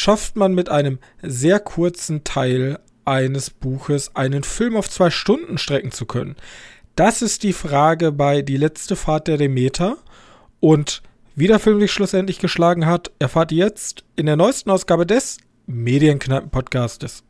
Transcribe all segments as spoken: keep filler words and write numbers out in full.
schafft man mit einem sehr kurzen Teil eines Buches einen Film auf zwei Stunden strecken zu können? Das ist die Frage bei Die letzte Fahrt der Demeter. Und wie der Film sich schlussendlich geschlagen hat, erfahrt ihr jetzt in der neuesten Ausgabe des Medienkneipen-Podcastes.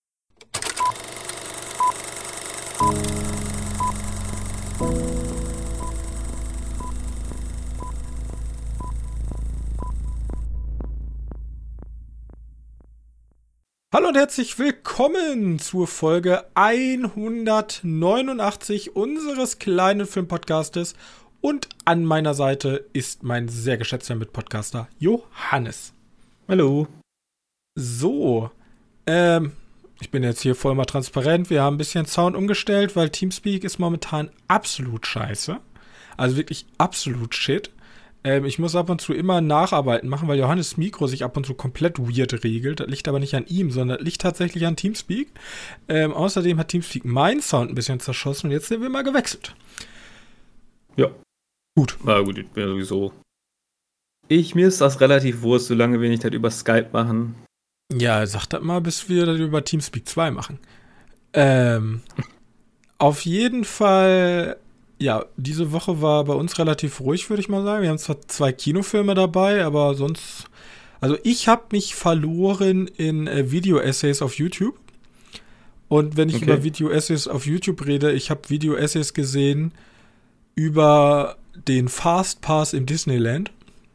Hallo und herzlich willkommen zur Folge hundertneunundachtzig unseres kleinen Filmpodcastes. Und an meiner Seite ist mein sehr geschätzter Mitpodcaster Johannes. Hallo. So, ähm, ich bin jetzt hier voll mal transparent. Wir haben ein bisschen Sound umgestellt, weil Teamspeak ist momentan absolut scheiße. Also wirklich absolut shit. Ähm, ich muss ab und zu immer Nacharbeiten machen, weil Johannes' Mikro sich ab und zu komplett weird regelt. Das liegt aber nicht an ihm, sondern das liegt tatsächlich an Teamspeak. Ähm, außerdem hat Teamspeak meinen Sound ein bisschen zerschossen und jetzt sind wir mal gewechselt. Ja. Gut. Na gut, ich bin ja sowieso. Ich, mir ist das relativ wurscht, solange wir nicht halt über Skype machen. Ja, sag das mal, bis wir das über Teamspeak zwei machen. Ähm, auf jeden Fall... Ja, diese Woche war bei uns relativ ruhig, würde ich mal sagen. Wir haben zwar zwei Kinofilme dabei, aber sonst... Also ich habe mich verloren in äh, Video-Essays auf YouTube. Und wenn ich Okay. über Video-Essays auf YouTube rede, ich habe Video-Essays gesehen über den Fastpass im Disneyland.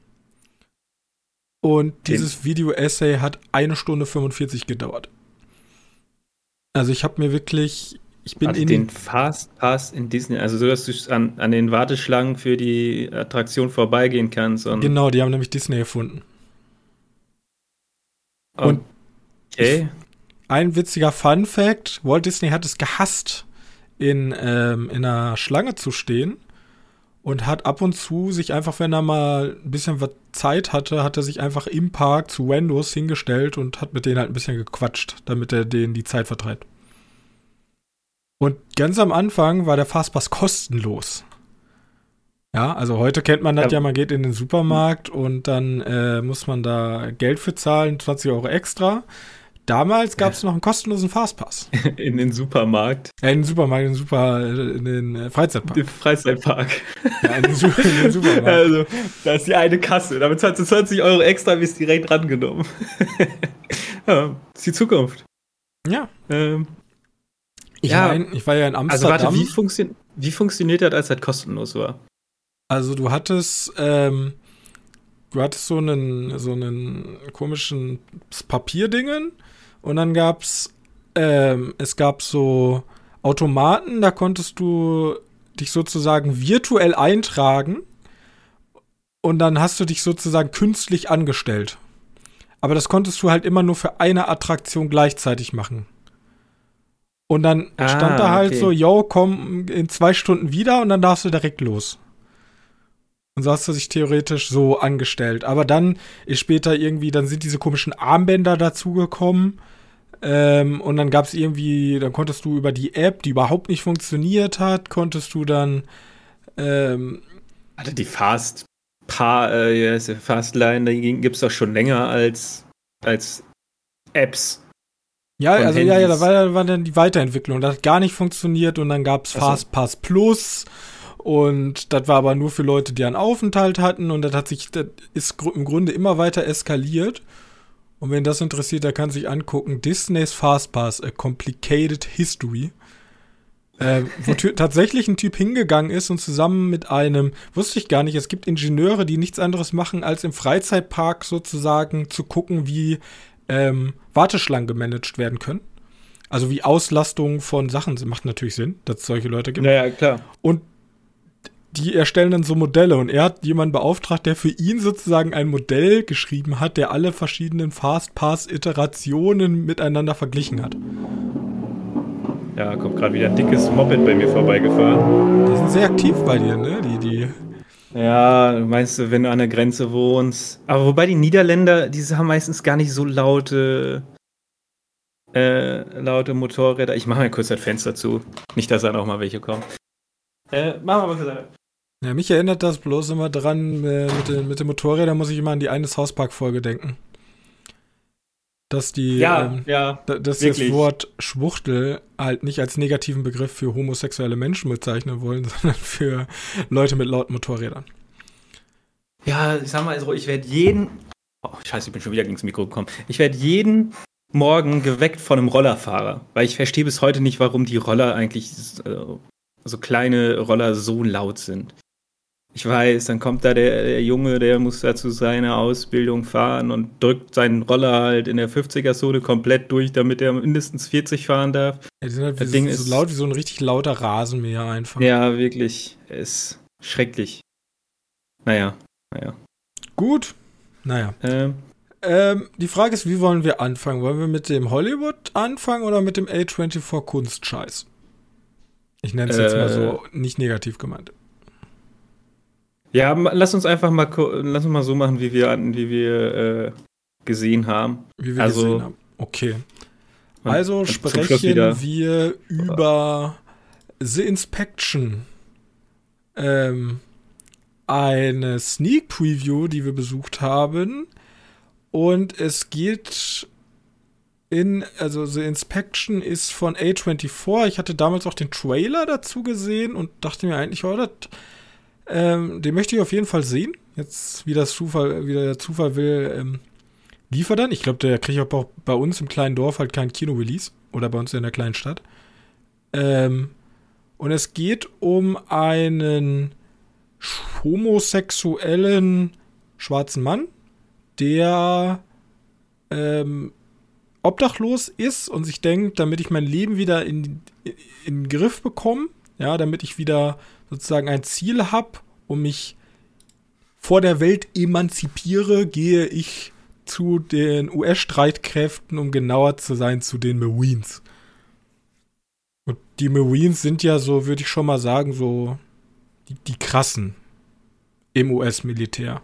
Und dieses Video-Essay hat eine Stunde fünfundvierzig gedauert. Also ich habe mir wirklich... Ich bin also in den Fastpass in Disney, also so, dass du an, an den Warteschlangen für die Attraktion vorbeigehen kannst. Und Genau, die haben nämlich Disney erfunden. Und okay. ein witziger Fun-Fact, Walt Disney hat es gehasst, in, ähm, in einer Schlange zu stehen und hat ab und zu sich einfach, wenn er mal ein bisschen was Zeit hatte, hat er sich einfach im Park zu Wendos hingestellt und hat mit denen halt ein bisschen gequatscht, damit er denen die Zeit vertreibt. Und ganz am Anfang war der Fastpass kostenlos. Ja, also heute kennt man das ja, ja man geht in den Supermarkt und dann äh, muss man da Geld für zahlen, zwanzig Euro extra. Damals gab es noch einen kostenlosen Fastpass. In den Supermarkt. Ja, in den Supermarkt, in den, Super, in den äh, Freizeitpark. Den Freizeitpark. Ja, in den, Su- in den Supermarkt. Also, da ist die eine Kasse. Damit zahlst du zwanzig Euro extra, bist direkt rangenommen. Ja, das ist die Zukunft. Ja. Ähm. Ich, ja, mein, ich war ja in Amsterdam. Also warte, wie, funktio- wie funktioniert das, als das kostenlos war? Also du hattest, ähm, du hattest so einen, so einen komischen Papierdingen und dann gab's, ähm, es gab so Automaten, da konntest du dich sozusagen virtuell eintragen und dann hast du dich sozusagen künstlich angestellt. Aber das konntest du halt immer nur für eine Attraktion gleichzeitig machen. Und dann Ah, stand da halt okay. so, yo, komm in zwei Stunden wieder und dann darfst du direkt los. Und so hast du dich theoretisch so angestellt. Aber dann ist später irgendwie, dann sind diese komischen Armbänder dazugekommen. Ähm, und dann gab es irgendwie, dann konntest du über die App, die überhaupt nicht funktioniert hat, konntest du dann ähm, Also die Fast Pa, äh, Fastline, die gibt es doch schon länger als, als Apps. Ja, Von also ja, ja, da Handys. war, da war dann die Weiterentwicklung. Das hat gar nicht funktioniert und dann gab's Ach so. Fastpass Plus und das war aber nur für Leute, die einen Aufenthalt hatten und das hat sich, das ist gr- im Grunde immer weiter eskaliert. Und wenn das interessiert, der kann sich angucken, Disney's Fastpass, A Complicated History. Äh, wo tü- tatsächlich ein Typ hingegangen ist und zusammen mit einem, wusste ich gar nicht, es gibt Ingenieure, die nichts anderes machen, als im Freizeitpark sozusagen zu gucken, wie ähm, Warteschlangen gemanagt werden können. Also wie Auslastung von Sachen, macht natürlich Sinn, dass es solche Leute gibt. Naja, klar. Und die erstellen dann so Modelle und er hat jemanden beauftragt, der für ihn sozusagen ein Modell geschrieben hat, der alle verschiedenen Fastpass-Iterationen miteinander verglichen hat. Ja, kommt gerade wieder ein dickes Moped bei mir vorbeigefahren. Die sind sehr aktiv bei dir, ne? Die, die. Ja, meinst du, wenn du an der Grenze wohnst. Aber wobei die Niederländer, die haben meistens gar nicht so laute, äh, laute Motorräder. Ich mache mal kurz das Fenster zu. Nicht, dass dann auch mal welche kommen. Äh, machen wir mal kurz. Ja, mich erinnert das bloß immer dran, äh, mit, den, mit den Motorrädern muss ich immer an die Eines Hauspark-Folge denken. dass die, Ja, ähm, ja, da- dass sie das wirklich. Wort Schwuchtel halt nicht als negativen Begriff für homosexuelle Menschen bezeichnen wollen, sondern für Leute mit lauten Motorrädern. Ja, ich sag mal so, ich werde jeden. Oh, scheiße, ich bin schon wieder gegen das Mikro gekommen. Ich werde jeden Morgen geweckt von einem Rollerfahrer, weil ich verstehe bis heute nicht, warum die Roller eigentlich äh, so kleine Roller so laut sind. Ich weiß, dann kommt da der, der Junge, der muss da zu seiner Ausbildung fahren und drückt seinen Roller halt in der fünfziger-Zone komplett durch, damit er mindestens vierzig fahren darf. Ja, die sind halt Das wie Ding so, ist- so laut wie so ein richtig lauter Rasenmäher einfach. Ja, wirklich. Ist schrecklich. Naja, naja. Gut. Naja. Ähm, Ähm, die Frage ist, wie wollen wir anfangen? Wollen wir mit dem Hollywood anfangen oder mit dem A vierundzwanzig Kunstscheiß? Ich nenne es jetzt Äh. mal so, nicht negativ gemeint. ja, ma- lass uns einfach mal, ko- lass uns mal so machen, wie wir, an- wie wir äh, gesehen haben. Wie wir Also- gesehen haben. Okay. Und- Also und zum Schluss sprechen wieder- wir über The Inspection. Ähm, eine Sneak Preview, die wir besucht haben. Und es geht in, also The Inspection ist von A vierundzwanzig. Ich hatte damals auch den Trailer dazu gesehen und dachte mir eigentlich, oh, das, ähm, den möchte ich auf jeden Fall sehen. Jetzt, wie das Zufall, wie der Zufall will, ähm, liefert dann. Ich glaube, der kriegt auch bei uns im kleinen Dorf halt kein Kino-Release. Oder bei uns in der kleinen Stadt. Ähm, und es geht um einen homosexuellen schwarzen Mann, der ähm, obdachlos ist und sich denkt, damit ich mein Leben wieder in, in, in den Griff bekomme, ja, damit ich wieder sozusagen ein Ziel habe, um mich vor der Welt emanzipiere, gehe ich zu den U S-Streitkräften, um genauer zu sein, zu den Marines. Und die Marines sind ja so, würde ich schon mal sagen, so die, die krassen im U S-Militär.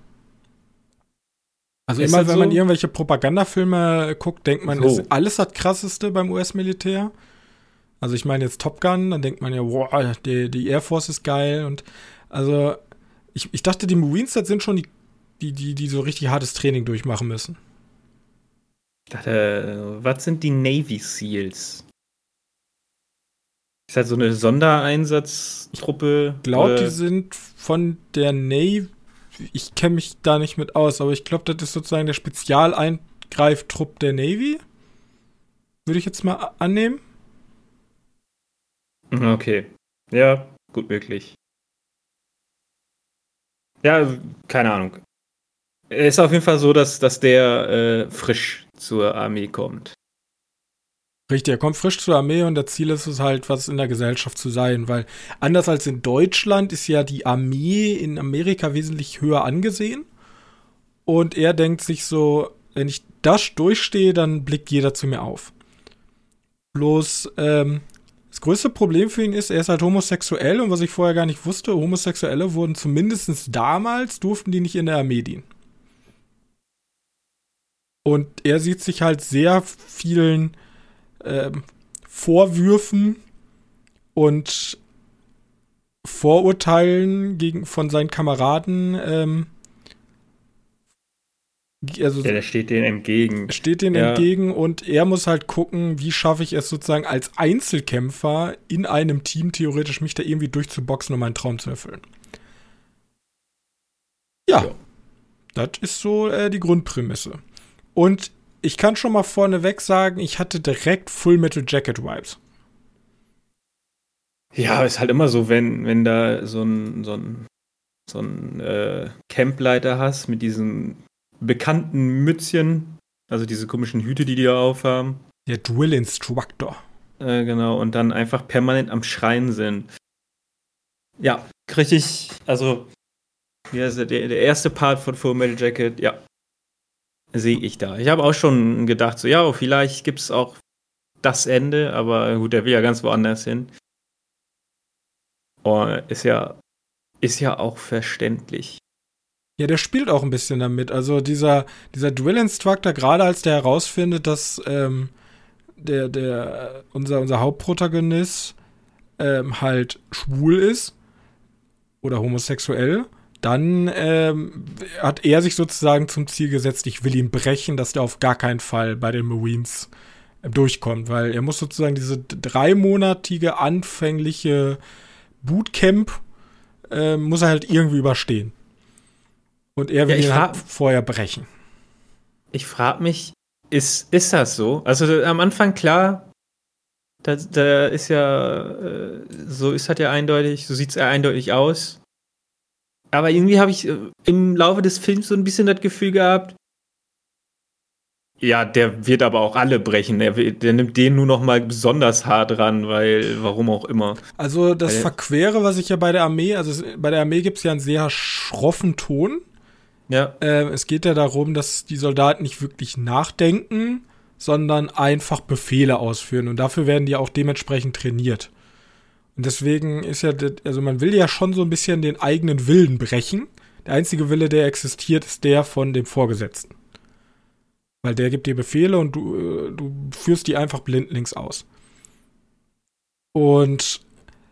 Also Ist immer, das wenn so? man irgendwelche Propagandafilme guckt, denkt man, So. ist alles das Krasseste beim U S-Militär. Also ich meine jetzt Top Gun, dann denkt man ja, wow, die, die Air Force ist geil. Und also ich, ich dachte, die Marines, das sind schon die, die, die, die so richtig hartes Training durchmachen müssen. Ich dachte, äh, was sind die Navy Seals? Ist halt so eine Sondereinsatztruppe. Ich glaube, oder- die sind von der Navy, ich kenne mich da nicht mit aus, aber ich glaube, das ist sozusagen der Spezialeingreiftrupp der Navy. Würde ich jetzt mal a- annehmen. Okay. Ja, gut möglich. Ja, keine Ahnung. Es ist auf jeden Fall so, dass, dass der äh, frisch zur Armee kommt. Richtig, er kommt frisch zur Armee und das Ziel ist es halt, was in der Gesellschaft zu sein, weil anders als in Deutschland ist ja die Armee in Amerika wesentlich höher angesehen und er denkt sich so, wenn ich das durchstehe, dann blickt jeder zu mir auf. Bloß, ähm, das größte Problem für ihn ist, er ist halt homosexuell und was ich vorher gar nicht wusste, Homosexuelle wurden zumindest damals, durften die nicht in der Armee dienen. Und er sieht sich halt sehr vielen ähm, Vorwürfen und Vorurteilen gegen, von seinen Kameraden ähm, also Ja, der steht denen entgegen. steht denen Ja. entgegen und er muss halt gucken, wie schaffe ich es sozusagen als Einzelkämpfer in einem Team theoretisch mich da irgendwie durchzuboxen, um meinen Traum zu erfüllen. Ja, Ja. das ist so äh, die Grundprämisse. Und ich kann schon mal vorneweg sagen, ich hatte direkt Full Metal Jacket Vibes. Ja, ist halt immer so, wenn, wenn da so ein, so ein, so ein äh, Campleiter hast mit diesen bekannten Mützchen, also diese komischen Hüte, die die da aufhaben. Der Drill Instructor. Äh, genau, und dann einfach permanent am Schreien sind. Ja, richtig, also, ja, der, der erste Part von Full Metal Jacket, ja, sehe ich da. Ich habe auch schon gedacht, so, ja, vielleicht gibt es auch das Ende, aber gut, der will ja ganz woanders hin. Und ist ja, ist ja auch verständlich. Ja, der spielt auch ein bisschen damit. Also dieser, dieser Drill Instructor, gerade als der herausfindet, dass ähm, der, der, unser, unser Hauptprotagonist ähm, halt schwul ist oder homosexuell, dann ähm, hat er sich sozusagen zum Ziel gesetzt, ich will ihn brechen, dass der auf gar keinen Fall bei den Marines äh, durchkommt, weil er muss sozusagen diese dreimonatige anfängliche Bootcamp äh, muss er halt irgendwie überstehen. Und er will Ja, ich ihn halt frag- vorher brechen. Ich frage mich, ist, ist das so? Also da- am Anfang klar, da, da ist ja, äh, so ist das ja eindeutig, so sieht es ja eindeutig aus. Aber irgendwie habe ich äh, im Laufe des Films so ein bisschen das Gefühl gehabt, ja, der wird aber auch alle brechen. Der, wird- der nimmt den nur noch mal besonders hart ran, weil, warum auch immer. Also das Weil- Verquere, was ich ja bei der Armee, also es, bei der Armee gibt es ja einen sehr schroffen Ton. Ja, Äh, es geht ja darum, dass die Soldaten nicht wirklich nachdenken, sondern einfach Befehle ausführen. Und dafür werden die auch dementsprechend trainiert. Und deswegen ist ja, das- also man will ja schon so ein bisschen den eigenen Willen brechen. Der einzige Wille, der existiert, ist der von dem Vorgesetzten. Weil der gibt dir Befehle und du, äh, du führst die einfach blindlings aus. Und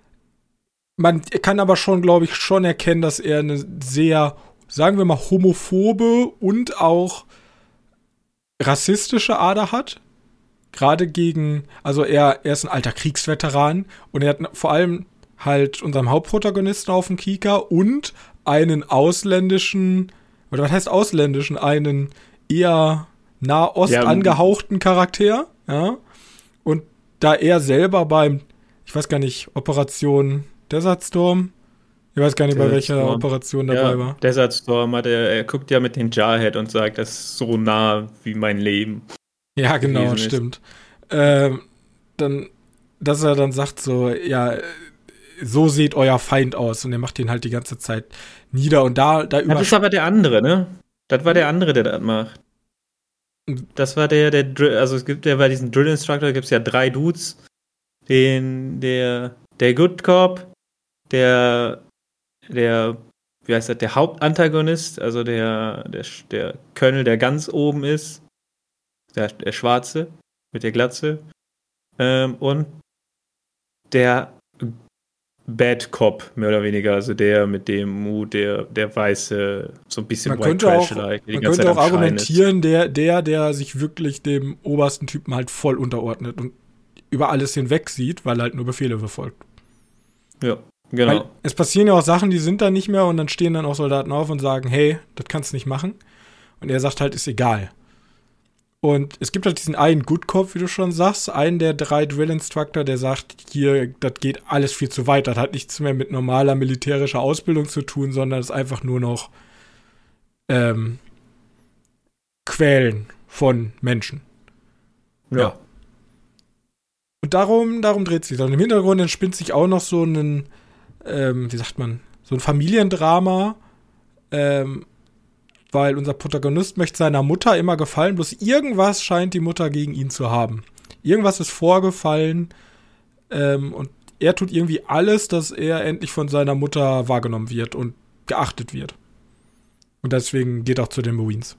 man kann aber schon, glaube ich, schon erkennen, dass er eine sehr, sagen wir mal, homophobe und auch rassistische Ader hat. Gerade gegen, also er, er ist ein alter Kriegsveteran und er hat vor allem halt unserem Hauptprotagonisten auf dem Kieker und einen ausländischen, oder was heißt ausländischen, einen eher Nahost Ja, angehauchten Charakter, ja. Und da er selber beim, ich weiß gar nicht, Operation Desert Storm, ich weiß gar nicht, bei Desert welcher Storm. Operation dabei ja, war. Desert Storm hat er, er guckt ja mit dem Jarhead und sagt, das ist so nah wie mein Leben. Ja, genau, gewesen ist. stimmt. Ähm, dann, dass er dann sagt so, ja, so sieht euer Feind aus und er macht ihn halt die ganze Zeit nieder und da, da über. Das ist aber der andere, ne? Das war der andere, der das macht. Das war der, der, Drill- also es gibt ja bei diesem Drill Instructor gibt es ja drei Dudes. Den, der, der Good Cop, der, der, wie heißt das, der Hauptantagonist, also der, der, der Colonel, der ganz oben ist. Der, der Schwarze mit der Glatze. Ähm, und der Bad Cop, mehr oder weniger, also der mit dem Mut, der, der weiße, so ein bisschen Man könnte auch, Trash-like, der die man ganze könnte auch Zeit am Schreien ist. argumentieren, der, der, der sich wirklich dem obersten Typen halt voll unterordnet und über alles hinweg sieht, weil er halt nur Befehle befolgt. Ja, genau. Weil es passieren ja auch Sachen, die sind da nicht mehr und dann stehen dann auch Soldaten auf und sagen, hey, das kannst du nicht machen. Und er sagt halt, ist egal. Und es gibt halt diesen einen Good Cop, wie du schon sagst, einen der drei Drill Instructor, der sagt, hier, das geht alles viel zu weit. Das hat nichts mehr mit normaler militärischer Ausbildung zu tun, sondern ist einfach nur noch ähm, Quälen von Menschen. ja. Und darum, darum dreht sich dann. Im Hintergrund entspinnt sich auch noch so ein, ähm, wie sagt man, so ein Familiendrama, ähm, weil unser Protagonist möchte seiner Mutter immer gefallen, bloß irgendwas scheint die Mutter gegen ihn zu haben. Irgendwas ist vorgefallen ähm, und er tut irgendwie alles, dass er endlich von seiner Mutter wahrgenommen wird und geachtet wird. Und deswegen geht er auch zu den Marines.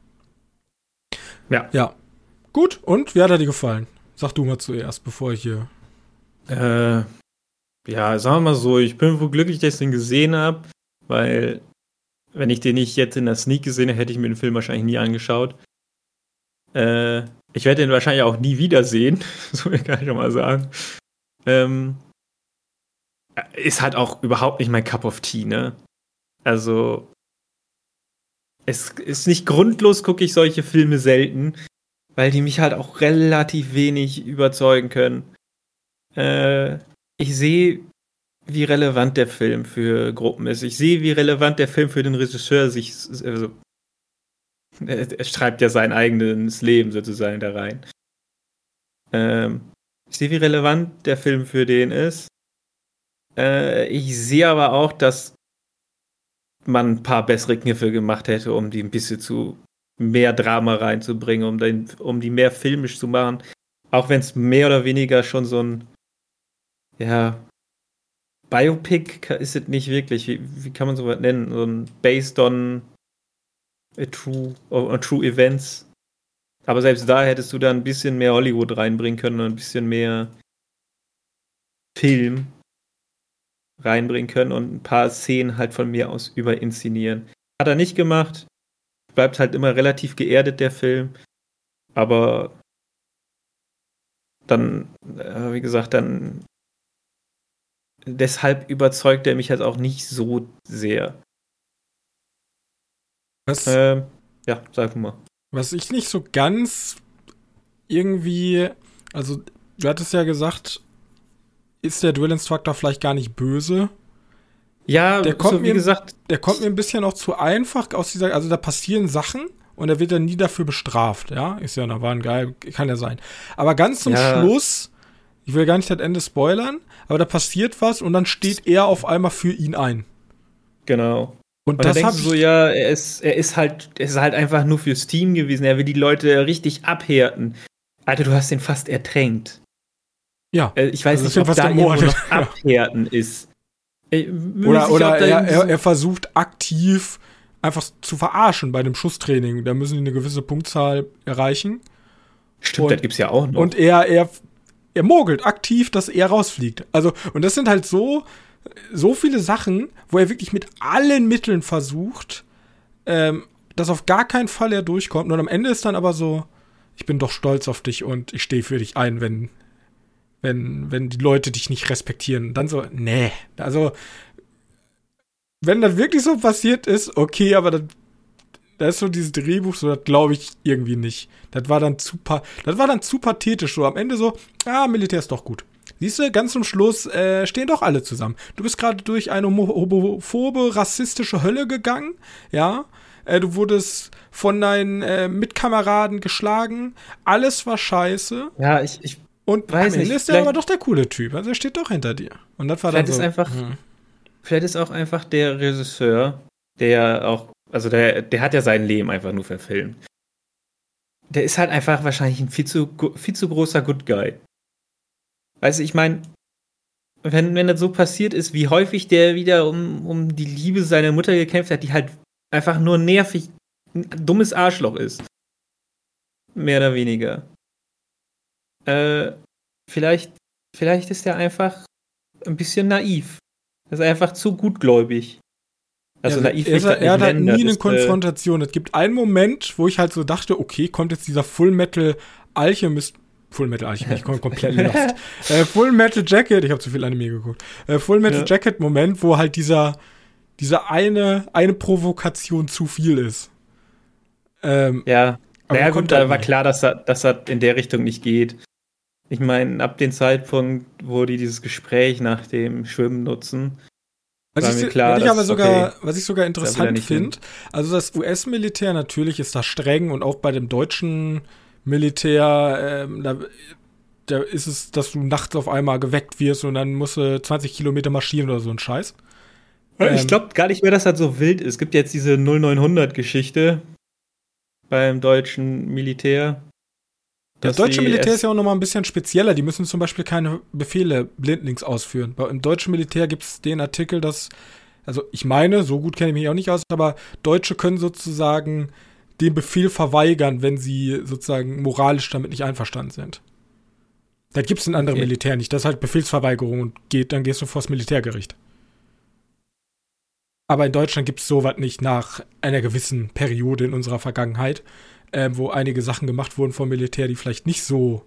Ja. Ja. Gut, und wie hat er dir gefallen? Sag du mal zuerst, bevor ich hier... Äh, ja, sagen wir mal so, ich bin wohl glücklich, dass ich den gesehen habe, weil wenn ich den nicht jetzt in der Sneak gesehen hätte, hätte ich mir den Film wahrscheinlich nie angeschaut. Äh, ich werde den wahrscheinlich auch nie wiedersehen, so kann ich schon mal sagen. Ähm, ist halt auch überhaupt nicht mein Cup of Tea, ne? Also, es ist nicht grundlos, gucke ich solche Filme selten, weil die mich halt auch relativ wenig überzeugen können. Äh, ich sehe, wie relevant der Film für Gruppen ist. Ich sehe, wie relevant der Film für den Regisseur sich, also, er, er schreibt ja sein eigenes Leben sozusagen da rein. Ähm, ich sehe, wie relevant der Film für den ist. Äh, ich sehe aber auch, dass man ein paar bessere Kniffe gemacht hätte, um die ein bisschen zu mehr Drama reinzubringen, um, den, um die mehr filmisch zu machen. Auch wenn es mehr oder weniger schon so ein, ja, Biopic ist es nicht wirklich. Wie, wie kann man sowas nennen? So ein Based on a true, on true events. Aber selbst da hättest du da ein bisschen mehr Hollywood reinbringen können und ein bisschen mehr Film. reinbringen können und ein paar Szenen halt von mir aus überinszenieren. Hat er nicht gemacht. Bleibt halt immer relativ geerdet, der Film. Aber dann, äh, wie gesagt, dann deshalb überzeugt er mich halt auch nicht so sehr. Was, Ähm, ja, sag mal. was ich nicht so ganz irgendwie, also du hattest ja gesagt, ist der Drill Instructor vielleicht gar nicht böse? Ja, Der kommt so wie mir, gesagt, der kommt mir ein bisschen auch zu einfach aus dieser, also da passieren Sachen und er wird dann nie dafür bestraft, ja? Ist ja, da war ein geil, kann ja sein. Aber ganz zum Ja. Schluss, ich will gar nicht das Ende spoilern, aber da passiert was und dann steht er auf einmal für ihn ein. genau. Und, Und dann das denkst hab du ich, so, ja, er ist, er ist halt, er ist halt einfach nur fürs Team gewesen. Er will die Leute richtig abhärten. Alter, du hast den fast ertränkt. ja. Äh, Ich weiß Also nicht, ist ob fast da irgendwo ermordet. noch abhärten ist. Äh, bin mir Oder, sicher, oder ob da er, irgendwie er, so- er versucht aktiv einfach zu verarschen bei dem Schusstraining. Da müssen die eine gewisse Punktzahl erreichen. Stimmt, und- das gibt's ja auch noch. Und er, er, er mogelt aktiv, dass er rausfliegt. Also, und das sind halt so, so viele Sachen, wo er wirklich mit allen Mitteln versucht, ähm, dass auf gar keinen Fall er durchkommt. Und am Ende ist dann aber so, ich bin doch stolz auf dich und ich stehe für dich ein, wenn, wenn, wenn die Leute dich nicht respektieren. Dann so, nee. Also, wenn das wirklich so passiert ist, okay, aber das, da ist so dieses Drehbuch, so, das glaube ich irgendwie nicht. Das war dann zu, pa- das war dann zu pathetisch, so am Ende so, ah, Militär ist doch gut. Siehst du, ganz zum Schluss äh, stehen doch alle zusammen. Du bist gerade durch eine homo- homophobe, rassistische Hölle gegangen, ja. Äh, du wurdest von deinen äh, Mitkameraden geschlagen. Alles war scheiße. ja, ich, ich Und Weiß am Ende nicht, ist der vielleicht- aber doch der coole Typ. Also er steht doch hinter dir. Und das war dann Vielleicht so. ist einfach- hm. Vielleicht ist auch einfach der Regisseur, der auch, also der, der hat ja sein Leben einfach nur verfilmt. Der ist halt einfach wahrscheinlich ein viel zu, gu- viel zu großer Good Guy. Weißt du, ich meine, wenn, wenn das so passiert ist, wie häufig der wieder um, um die Liebe seiner Mutter gekämpft hat, die halt einfach nur nervig, ein dummes Arschloch ist. Mehr oder weniger. Äh, vielleicht, vielleicht ist er einfach ein bisschen naiv. Er ist einfach zu gutgläubig. Also Ja, naiv er, will ist, ich das er hat nicht halt nennen, nie das eine ist, äh, Konfrontation. Es gibt einen Moment, wo ich halt so dachte, okay, kommt jetzt dieser Full Metal Alchemist, Full Metal Alchemist, ich komme komplett lost. äh, Full Metal Jacket, ich habe zu viel Anime geguckt. Äh, Full Metal Ja. Jacket Moment, wo halt dieser, dieser eine, eine Provokation zu viel ist. Ähm, Ja, Aber naja, kommt gut, da halt war nie. klar, dass er, dass er in der Richtung nicht geht. Ich meine, ab dem Zeitpunkt, wo die dieses Gespräch nach dem Schwimmen nutzen, Was war ich, mir klar, was ich dass aber es sogar, okay. was ich sogar Da will er interessant nicht hin. finde, also das U S-Militär natürlich ist da streng und auch bei dem deutschen Militär, ähm, da, da ist es, dass du nachts auf einmal geweckt wirst und dann musst du zwanzig Kilometer marschieren oder so ein Scheiß. Ich Ähm, glaube gar nicht mehr, dass das so wild ist. Es gibt jetzt diese null neunhundert-Geschichte beim deutschen Militär. Das dass deutsche sie Militär es- ist ja auch nochmal ein bisschen spezieller. Die müssen zum Beispiel keine Befehle blindlings ausführen. Bei, Im deutschen Militär gibt es den Artikel, dass, also ich meine, so gut kenne ich mich auch nicht aus, aber Deutsche können sozusagen den Befehl verweigern, wenn sie sozusagen moralisch damit nicht einverstanden sind. Das gibt es in anderen Okay. Militär nicht. Das ist halt Befehlsverweigerung und geht, dann gehst du vors Militärgericht. Aber in Deutschland gibt es sowas nicht nach einer gewissen Periode in unserer Vergangenheit, äh, wo einige Sachen gemacht wurden vom Militär, die vielleicht nicht so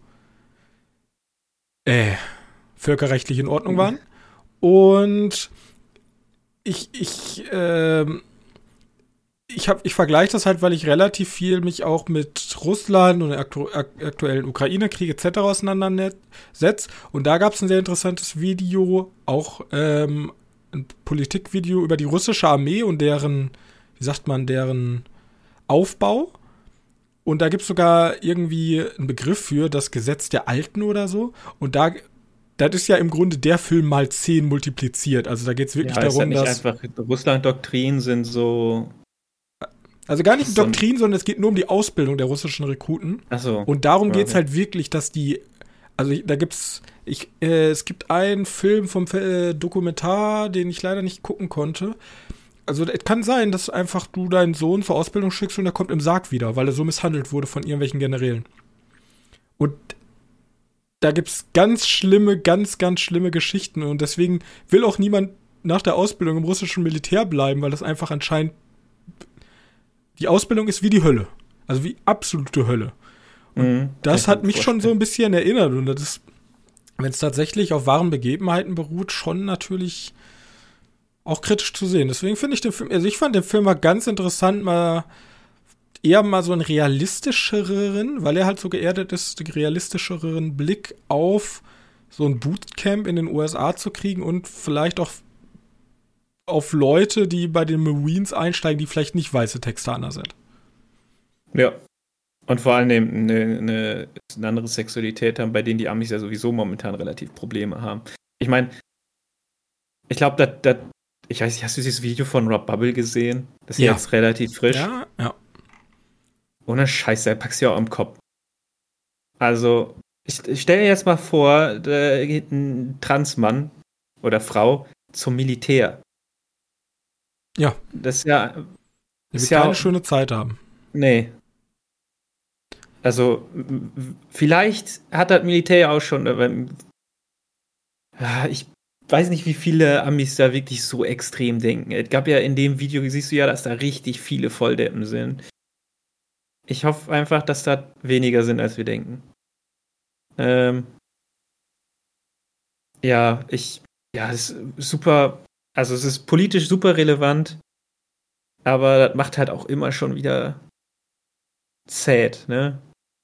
äh, völkerrechtlich in Ordnung waren. Und ich, ich, ähm, ich, hab, ich vergleiche das halt, weil ich relativ viel mich auch mit Russland und der aktu ak aktuellen Ukraine-Krieg et cetera auseinandersetze. Und da gab es ein sehr interessantes Video, auch ähm, ein Politikvideo über die russische Armee und deren, wie sagt man, deren Aufbau. Und da gibt es sogar irgendwie einen Begriff für das Gesetz der Alten oder so. Und da, das ist ja im Grunde der Film mal zehn multipliziert. Also da geht es wirklich ja, ist ja darum, nicht dass. einfach Russland-Doktrinen sind so. Also gar nicht um so- Doktrin, sondern es geht nur um die Ausbildung der russischen Rekruten. Achso. Und darum Ja, geht es okay. halt wirklich, dass die. Also ich, da gibt's. Ich, äh, es gibt einen Film vom äh, Dokumentar, den ich leider nicht gucken konnte. Also es kann sein, dass einfach du deinen Sohn zur Ausbildung schickst und er kommt im Sarg wieder, weil er so misshandelt wurde von irgendwelchen Generälen. Und da gibt's ganz schlimme, ganz, ganz schlimme Geschichten und deswegen will auch niemand nach der Ausbildung im russischen Militär bleiben, weil das einfach anscheinend, die Ausbildung ist wie die Hölle. Also wie absolute Hölle. Und mhm, das hat mich vorstellen. schon so ein bisschen erinnert. Und das ist, wenn es tatsächlich auf wahren Begebenheiten beruht, schon natürlich auch kritisch zu sehen. Deswegen finde ich den Film, also ich fand den Film mal ganz interessant, mal eher mal so einen realistischeren, weil er halt so geerdet ist, einen realistischeren Blick auf so ein Bootcamp in den U S A zu kriegen und vielleicht auch auf Leute, die bei den Marines einsteigen, die vielleicht nicht weiße Texaner sind. Ja. Und vor allem eine, eine, eine andere Sexualität haben, bei denen die Amis ja sowieso momentan relativ Probleme haben. Ich meine, ich glaube, dass, dass, ich weiß nicht, hast du dieses Video von Rob Bubble gesehen? Das ist ja jetzt relativ frisch. Ja, ja. Ohne Scheiße, der packst du ja auch im Kopf. Also, ich, ich stelle dir jetzt mal vor, da geht ein Transmann oder Frau zum Militär. Ja. Das ist ja. Das ist ja keine schöne Zeit haben. Nee. Also, vielleicht hat das Militär ja auch schon, aber ich weiß nicht, wie viele Amis da wirklich so extrem denken. Es gab ja in dem Video, siehst du ja, dass da richtig viele Volldeppen sind. Ich hoffe einfach, dass da weniger sind, als wir denken. Ähm, ja, ich, ja, es ist super, also es ist politisch super relevant, aber das macht halt auch immer schon wieder sad, ne?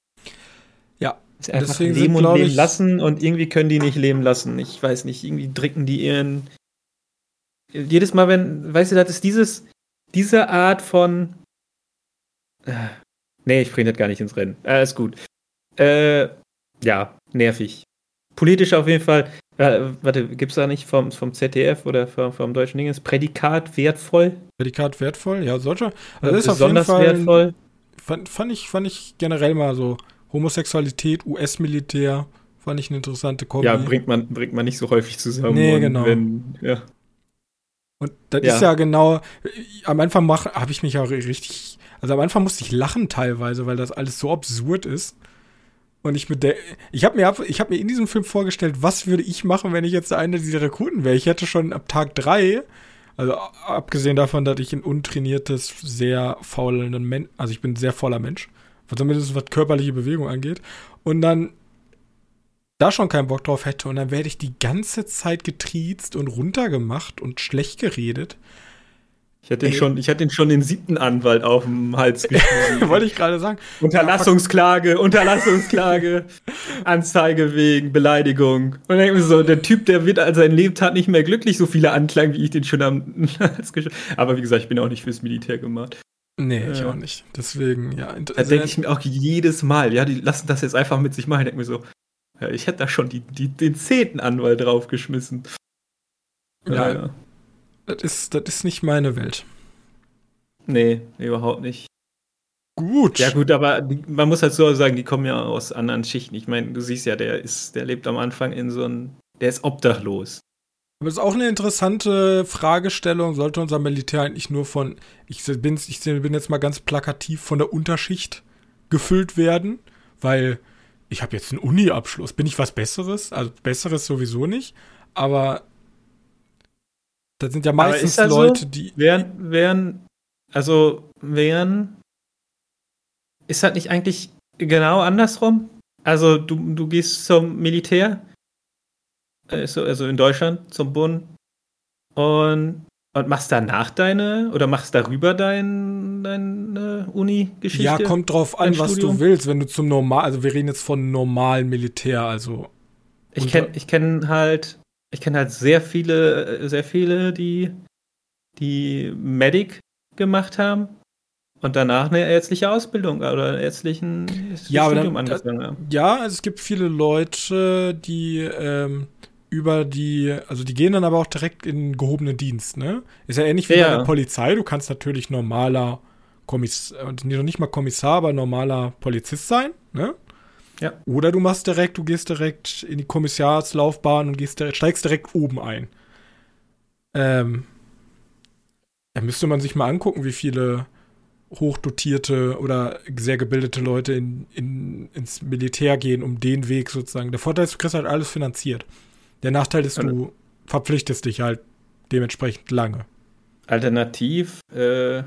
Ja, ist einfach deswegen leben sind, und leben ich, lassen und irgendwie können die nicht leben lassen. Ich weiß nicht, irgendwie drücken die ihren. Jedes Mal, wenn, weißt du, das ist dieses, diese Art von. Äh, nee, ich bringe das gar nicht ins Rennen. Äh, ist gut. Äh, ja, nervig. Politisch auf jeden Fall. Äh, warte, gibt's da nicht vom, vom Z D F oder vom, vom deutschen Ding ist Prädikat wertvoll? Prädikat wertvoll, ja, solcher. Also ist besonders auf jeden Fall wertvoll. Fand, fand, ich, fand ich generell mal so Homosexualität, U S-Militär, fand ich eine interessante Kombi. Ja, bringt man, bringt man nicht so häufig zusammen. Nee, und genau. Wenn, ja. Und das ja. ist ja genau, am Anfang habe ich mich auch richtig, also am Anfang musste ich lachen teilweise, weil das alles so absurd ist. Und ich mit der, ich habe mir, ich hab mir in diesem Film vorgestellt, was würde ich machen, wenn ich jetzt einer dieser Rekruten wäre. Ich hätte schon ab Tag drei, also abgesehen davon, dass ich ein untrainiertes, sehr faulenden Mensch, also ich bin ein sehr fauler Mensch, zumindest was körperliche Bewegung angeht, und dann da schon keinen Bock drauf hätte und dann werde ich die ganze Zeit getriezt und runtergemacht und schlecht geredet. Ich hätte, ihn schon, ich hätte ihn schon den siebten Anwalt auf dem Hals geschrieben. Wollte ich gerade sagen. Unterlassungsklage, Unterlassungsklage, Anzeige wegen Beleidigung. Und dann denke ich mir so, der Typ, der wird an seinem Lebtag nicht mehr glücklich, so viele Anklagen, wie ich den schon am Hals geschrieben habe. Aber wie gesagt, ich bin auch nicht fürs Militär gemacht. Nee, äh, ich auch nicht. Deswegen, ja. Da denke ich mir auch jedes Mal, ja, die lassen das jetzt einfach mit sich machen. Ich denke mir so, ja, ich hätte da schon die, die, den zehnten Anwalt draufgeschmissen. Ja, ja. Das ist, das ist nicht meine Welt. Nee, nee, überhaupt nicht. Gut. Ja gut, aber die, man muss halt so sagen, die kommen ja aus anderen Schichten. Ich meine, du siehst ja, der ist, der lebt am Anfang in so einem, der ist obdachlos. Aber das ist auch eine interessante Fragestellung. Sollte unser Militär eigentlich nur von, ich bin, ich bin jetzt mal ganz plakativ, von der Unterschicht gefüllt werden? Weil ich habe jetzt einen Uni-Abschluss. Bin ich was Besseres? Also Besseres sowieso nicht. Aber das sind ja meistens das Leute, so? die... Wären, wären, also wären... Ist das nicht eigentlich genau andersrum? Also du, du gehst zum Militär, also in Deutschland, zum Bund, und, und machst danach deine, oder machst darüber dein, deine Uni-Geschichte? Ja, kommt drauf an, was Studium? Du willst. Wenn du zum Normal, also wir reden jetzt von normalen Militär, also... Ich kenne ich kenn halt... Ich kenne halt sehr viele, sehr viele, die, die Medic gemacht haben und danach eine ärztliche Ausbildung oder einen ärztlichen ja, Studium dann, angefangen haben. Ja, also es gibt viele Leute, die ähm, über die, also die gehen dann aber auch direkt in den gehobenen Dienst, ne? Ist ja ähnlich wie ja. bei der Polizei. Du kannst natürlich normaler Kommissar, nicht mal Kommissar, aber normaler Polizist sein, ne? Ja. Oder du machst direkt, du gehst direkt in die Kommissarslaufbahn und gehst direkt, steigst direkt oben ein. Ähm, da müsste man sich mal angucken, wie viele hochdotierte oder sehr gebildete Leute in, in, ins Militär gehen, um den Weg sozusagen. Der Vorteil ist, du kriegst halt alles finanziert. Der Nachteil ist, du verpflichtest dich halt dementsprechend lange. Alternativ, äh,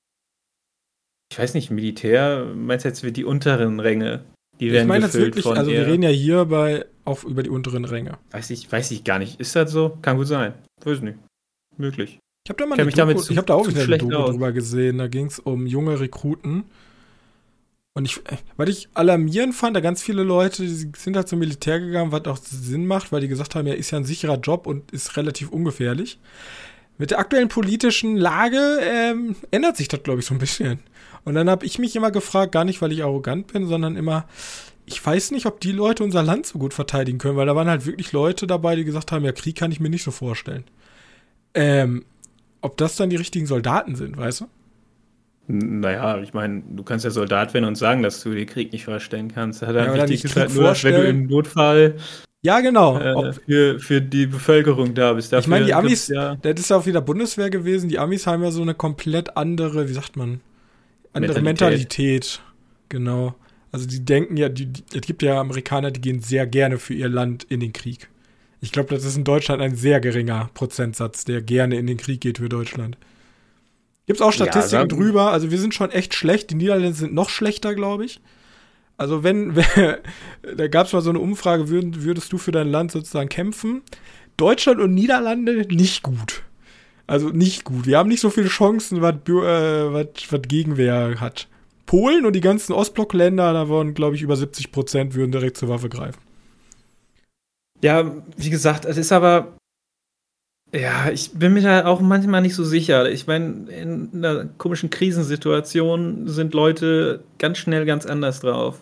ich weiß nicht, Militär, meinst du jetzt wie die unteren Ränge? Die werden ich meine jetzt gefüllt wirklich, von also wir eher- reden ja hier bei auch über die unteren Ränge. Weiß ich, weiß ich gar nicht. Ist das so? Kann gut sein. Weiß nicht. Möglich. Ich habe da mal Kenn eine mich damit Doku, zu- ich habe da auch zu wieder eine schlecht Doku aus. drüber gesehen. Da ging es um junge Rekruten. Und ich, was ich alarmierend fand, da ganz viele Leute, die sind halt zum Militär gegangen, was auch Sinn macht, weil die gesagt haben, ja, ist ja ein sicherer Job und ist relativ ungefährlich. Mit der aktuellen politischen Lage ähm, ändert sich das, glaube ich, so ein bisschen. Und dann habe ich mich immer gefragt, gar nicht, weil ich arrogant bin, sondern immer, ich weiß nicht, ob die Leute unser Land so gut verteidigen können, weil da waren halt wirklich Leute dabei, die gesagt haben, ja, Krieg kann ich mir nicht so vorstellen. Ähm, ob das dann die richtigen Soldaten sind, weißt du? N- Naja, ich meine, du kannst ja Soldat werden und sagen, dass du den Krieg nicht vorstellen kannst. Hat Ja, ja, aber dann wichtig nicht ist halt Krieg nur, wenn du vorstellen. im Notfall Ja, genau. äh, Ob, für, für die Bevölkerung da bist. Dafür ich meine, die Amis, gibt's ja das ist ja auch wieder Bundeswehr gewesen, die Amis haben ja so eine komplett andere, wie sagt man, andere Mentalität. Mentalität. Genau. Also die denken ja, die, die, es gibt ja Amerikaner, die gehen sehr gerne für ihr Land in den Krieg. Ich glaube, das ist in Deutschland ein sehr geringer Prozentsatz, der gerne in den Krieg geht für Deutschland. Gibt's auch Statistiken sagen- drüber, also wir sind schon echt schlecht, die Niederländer sind noch schlechter, glaube ich. Also wenn, wenn da gab es mal so eine Umfrage, würd, würdest du für dein Land sozusagen kämpfen? Deutschland und Niederlande nicht gut. Also nicht gut. Wir haben nicht so viele Chancen, was äh, was was Gegenwehr hat. Polen und die ganzen Ostblockländer, da waren, glaube ich, über siebzig Prozent würden direkt zur Waffe greifen. Ja, wie gesagt, es ist aber. Ja, ich bin mir da auch manchmal nicht so sicher. Ich meine, in einer komischen Krisensituation sind Leute ganz schnell ganz anders drauf.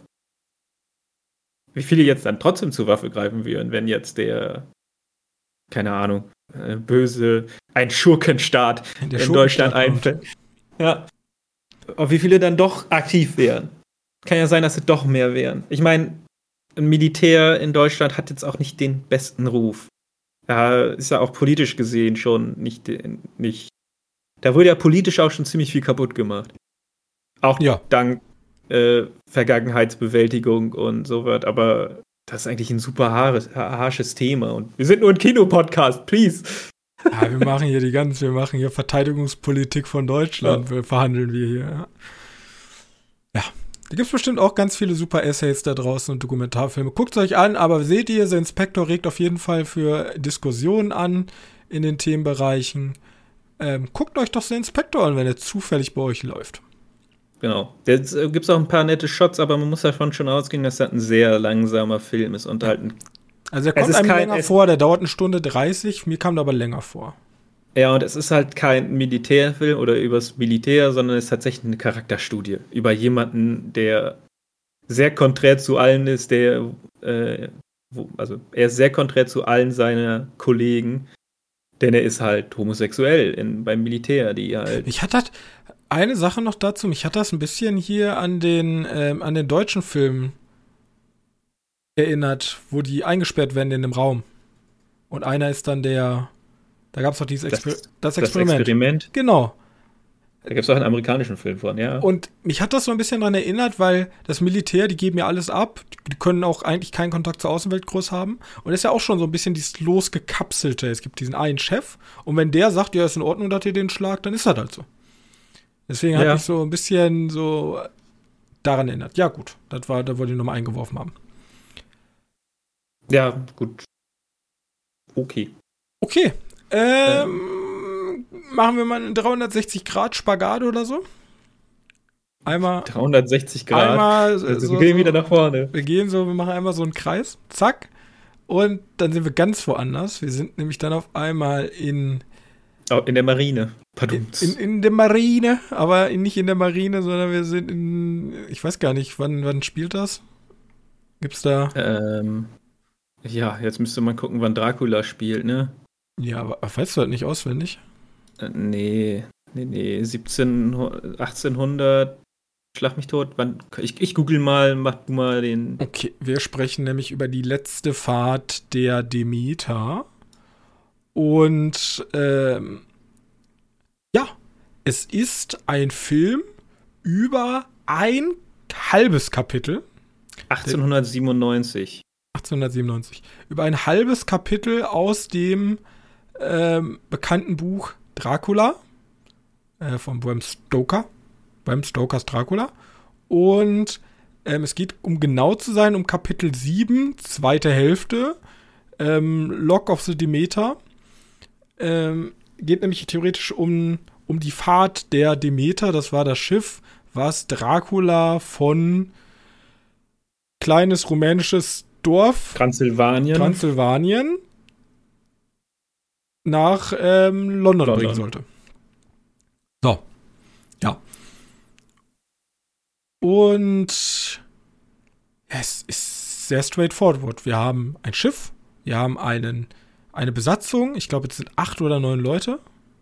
Wie viele jetzt dann trotzdem zur Waffe greifen würden, wenn jetzt der, keine Ahnung, äh, böse, ein Schurkenstaat Der in Deutschland Schurkenstaat kommt. einfällt. Ja. Aber wie viele dann doch aktiv wären? Kann ja sein, dass es doch mehr wären. Ich meine, ein Militär in Deutschland hat jetzt auch nicht den besten Ruf. Ja, ist ja auch politisch gesehen schon nicht, nicht. Da wurde ja politisch auch schon ziemlich viel kaputt gemacht. Auch Ja. dank äh, Vergangenheitsbewältigung und so was, aber das ist eigentlich ein super haares, harsches Thema. Und wir sind nur ein Kinopodcast, please. Ja, wir machen hier die ganze, wir machen hier Verteidigungspolitik von Deutschland, wir verhandeln wir hier. Ja. ja. Da gibt es bestimmt auch ganz viele super Essays da draußen und Dokumentarfilme. Guckt es euch an, aber seht ihr, The Inspector regt auf jeden Fall für Diskussionen an in den Themenbereichen. Ähm, guckt euch doch The Inspector an, wenn er zufällig bei euch läuft. Genau. Jetzt äh, gibt es auch ein paar nette Shots, aber man muss davon schon ausgehen, dass das ein sehr langsamer Film ist und halt ein. Also er Es kommt ist einem kein- länger es- vor, der dauert eine Stunde dreißig, mir kam der aber länger vor. Ja, und es ist halt kein Militärfilm oder übers Militär, sondern es ist tatsächlich eine Charakterstudie über jemanden, der sehr konträr zu allen ist, der, äh, wo, also er ist sehr konträr zu allen seiner Kollegen, denn er ist halt homosexuell in, beim Militär, die halt. Mich hat das, eine Sache noch dazu, mich hat das ein bisschen hier an den, ähm, an den deutschen Film erinnert, wo die eingesperrt werden in dem Raum. Und einer ist dann der, da gab es doch dieses Das- Exper das, Das Experiment. Experiment. Genau. Da gibt es auch einen amerikanischen Film von, ja. Und mich hat das so ein bisschen daran erinnert, weil das Militär, die geben ja alles ab, die können auch eigentlich keinen Kontakt zur Außenwelt groß haben. Und das ist ja auch schon so ein bisschen dieses losgekapselte. Es gibt diesen einen Chef und wenn der sagt, ja, ist in Ordnung, dass ihr den schlagt, dann ist das halt so. Deswegen hat Ja. mich so ein bisschen so daran erinnert. Ja gut, das war, da wollte ich nochmal eingeworfen haben. Ja, gut. Okay. Okay, ähm, machen wir mal einen dreihundertsechzig Grad Spagat oder so? Einmal, dreihundertsechzig Grad. einmal also so, wir gehen so, wieder nach vorne. wir gehen so, wir machen einmal so einen Kreis, zack, und dann sind wir ganz woanders. Wir sind nämlich dann auf einmal in, Oh, in der Marine. in, Padums. in, in der Marine, aber in, nicht in der Marine, sondern wir sind in, ich weiß gar nicht, wann, wann spielt das? Gibt's da, ähm, ja, jetzt müsste man gucken, wann Dracula spielt, ne? ja, aber weißt du halt nicht auswendig? Äh, nee, nee, nee, siebzehn, achtzehnhundert, schlag mich tot. Wann, ich, ich google mal, mach du mal den. Okay, wir sprechen nämlich über die letzte Fahrt der Demeter. Und ähm, ja, es ist ein Film über ein halbes Kapitel, achtzehnhundertsiebenundneunzig. achtzehnhundertsiebenundneunzig, über ein halbes Kapitel aus dem ähm, bekannten Buch Dracula äh, von Bram Stoker. Bram Stokers Dracula. Und ähm, es geht, um genau zu sein, um Kapitel sieben, zweite Hälfte, ähm, Lock of the Demeter. Ähm, geht nämlich theoretisch um, um die Fahrt der Demeter, das war das Schiff, was Dracula von kleines rumänisches Dorf Transsilvanien. Transsilvanien nach ähm, London, London bringen sollte. So. Ja. Und es ist sehr straightforward. Wir haben ein Schiff, wir haben einen, eine Besatzung, ich glaube, es sind acht oder neun Leute.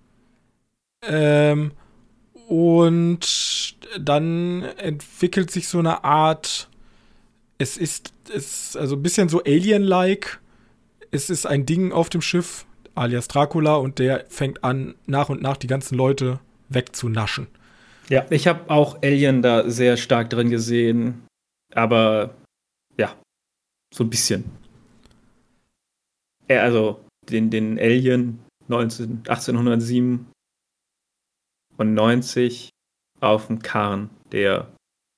Ähm, und dann entwickelt sich so eine Art, es ist, es ist also ein bisschen so Alien-like. Es ist ein Ding auf dem Schiff, alias Dracula, und der fängt an, nach und nach die ganzen Leute wegzunaschen. Ja, ich habe auch Alien da sehr stark drin gesehen, aber ja, so ein bisschen. Ja, also den, den Alien neunzehn, achtzehnhundertsiebenundneunzig auf dem Karn, der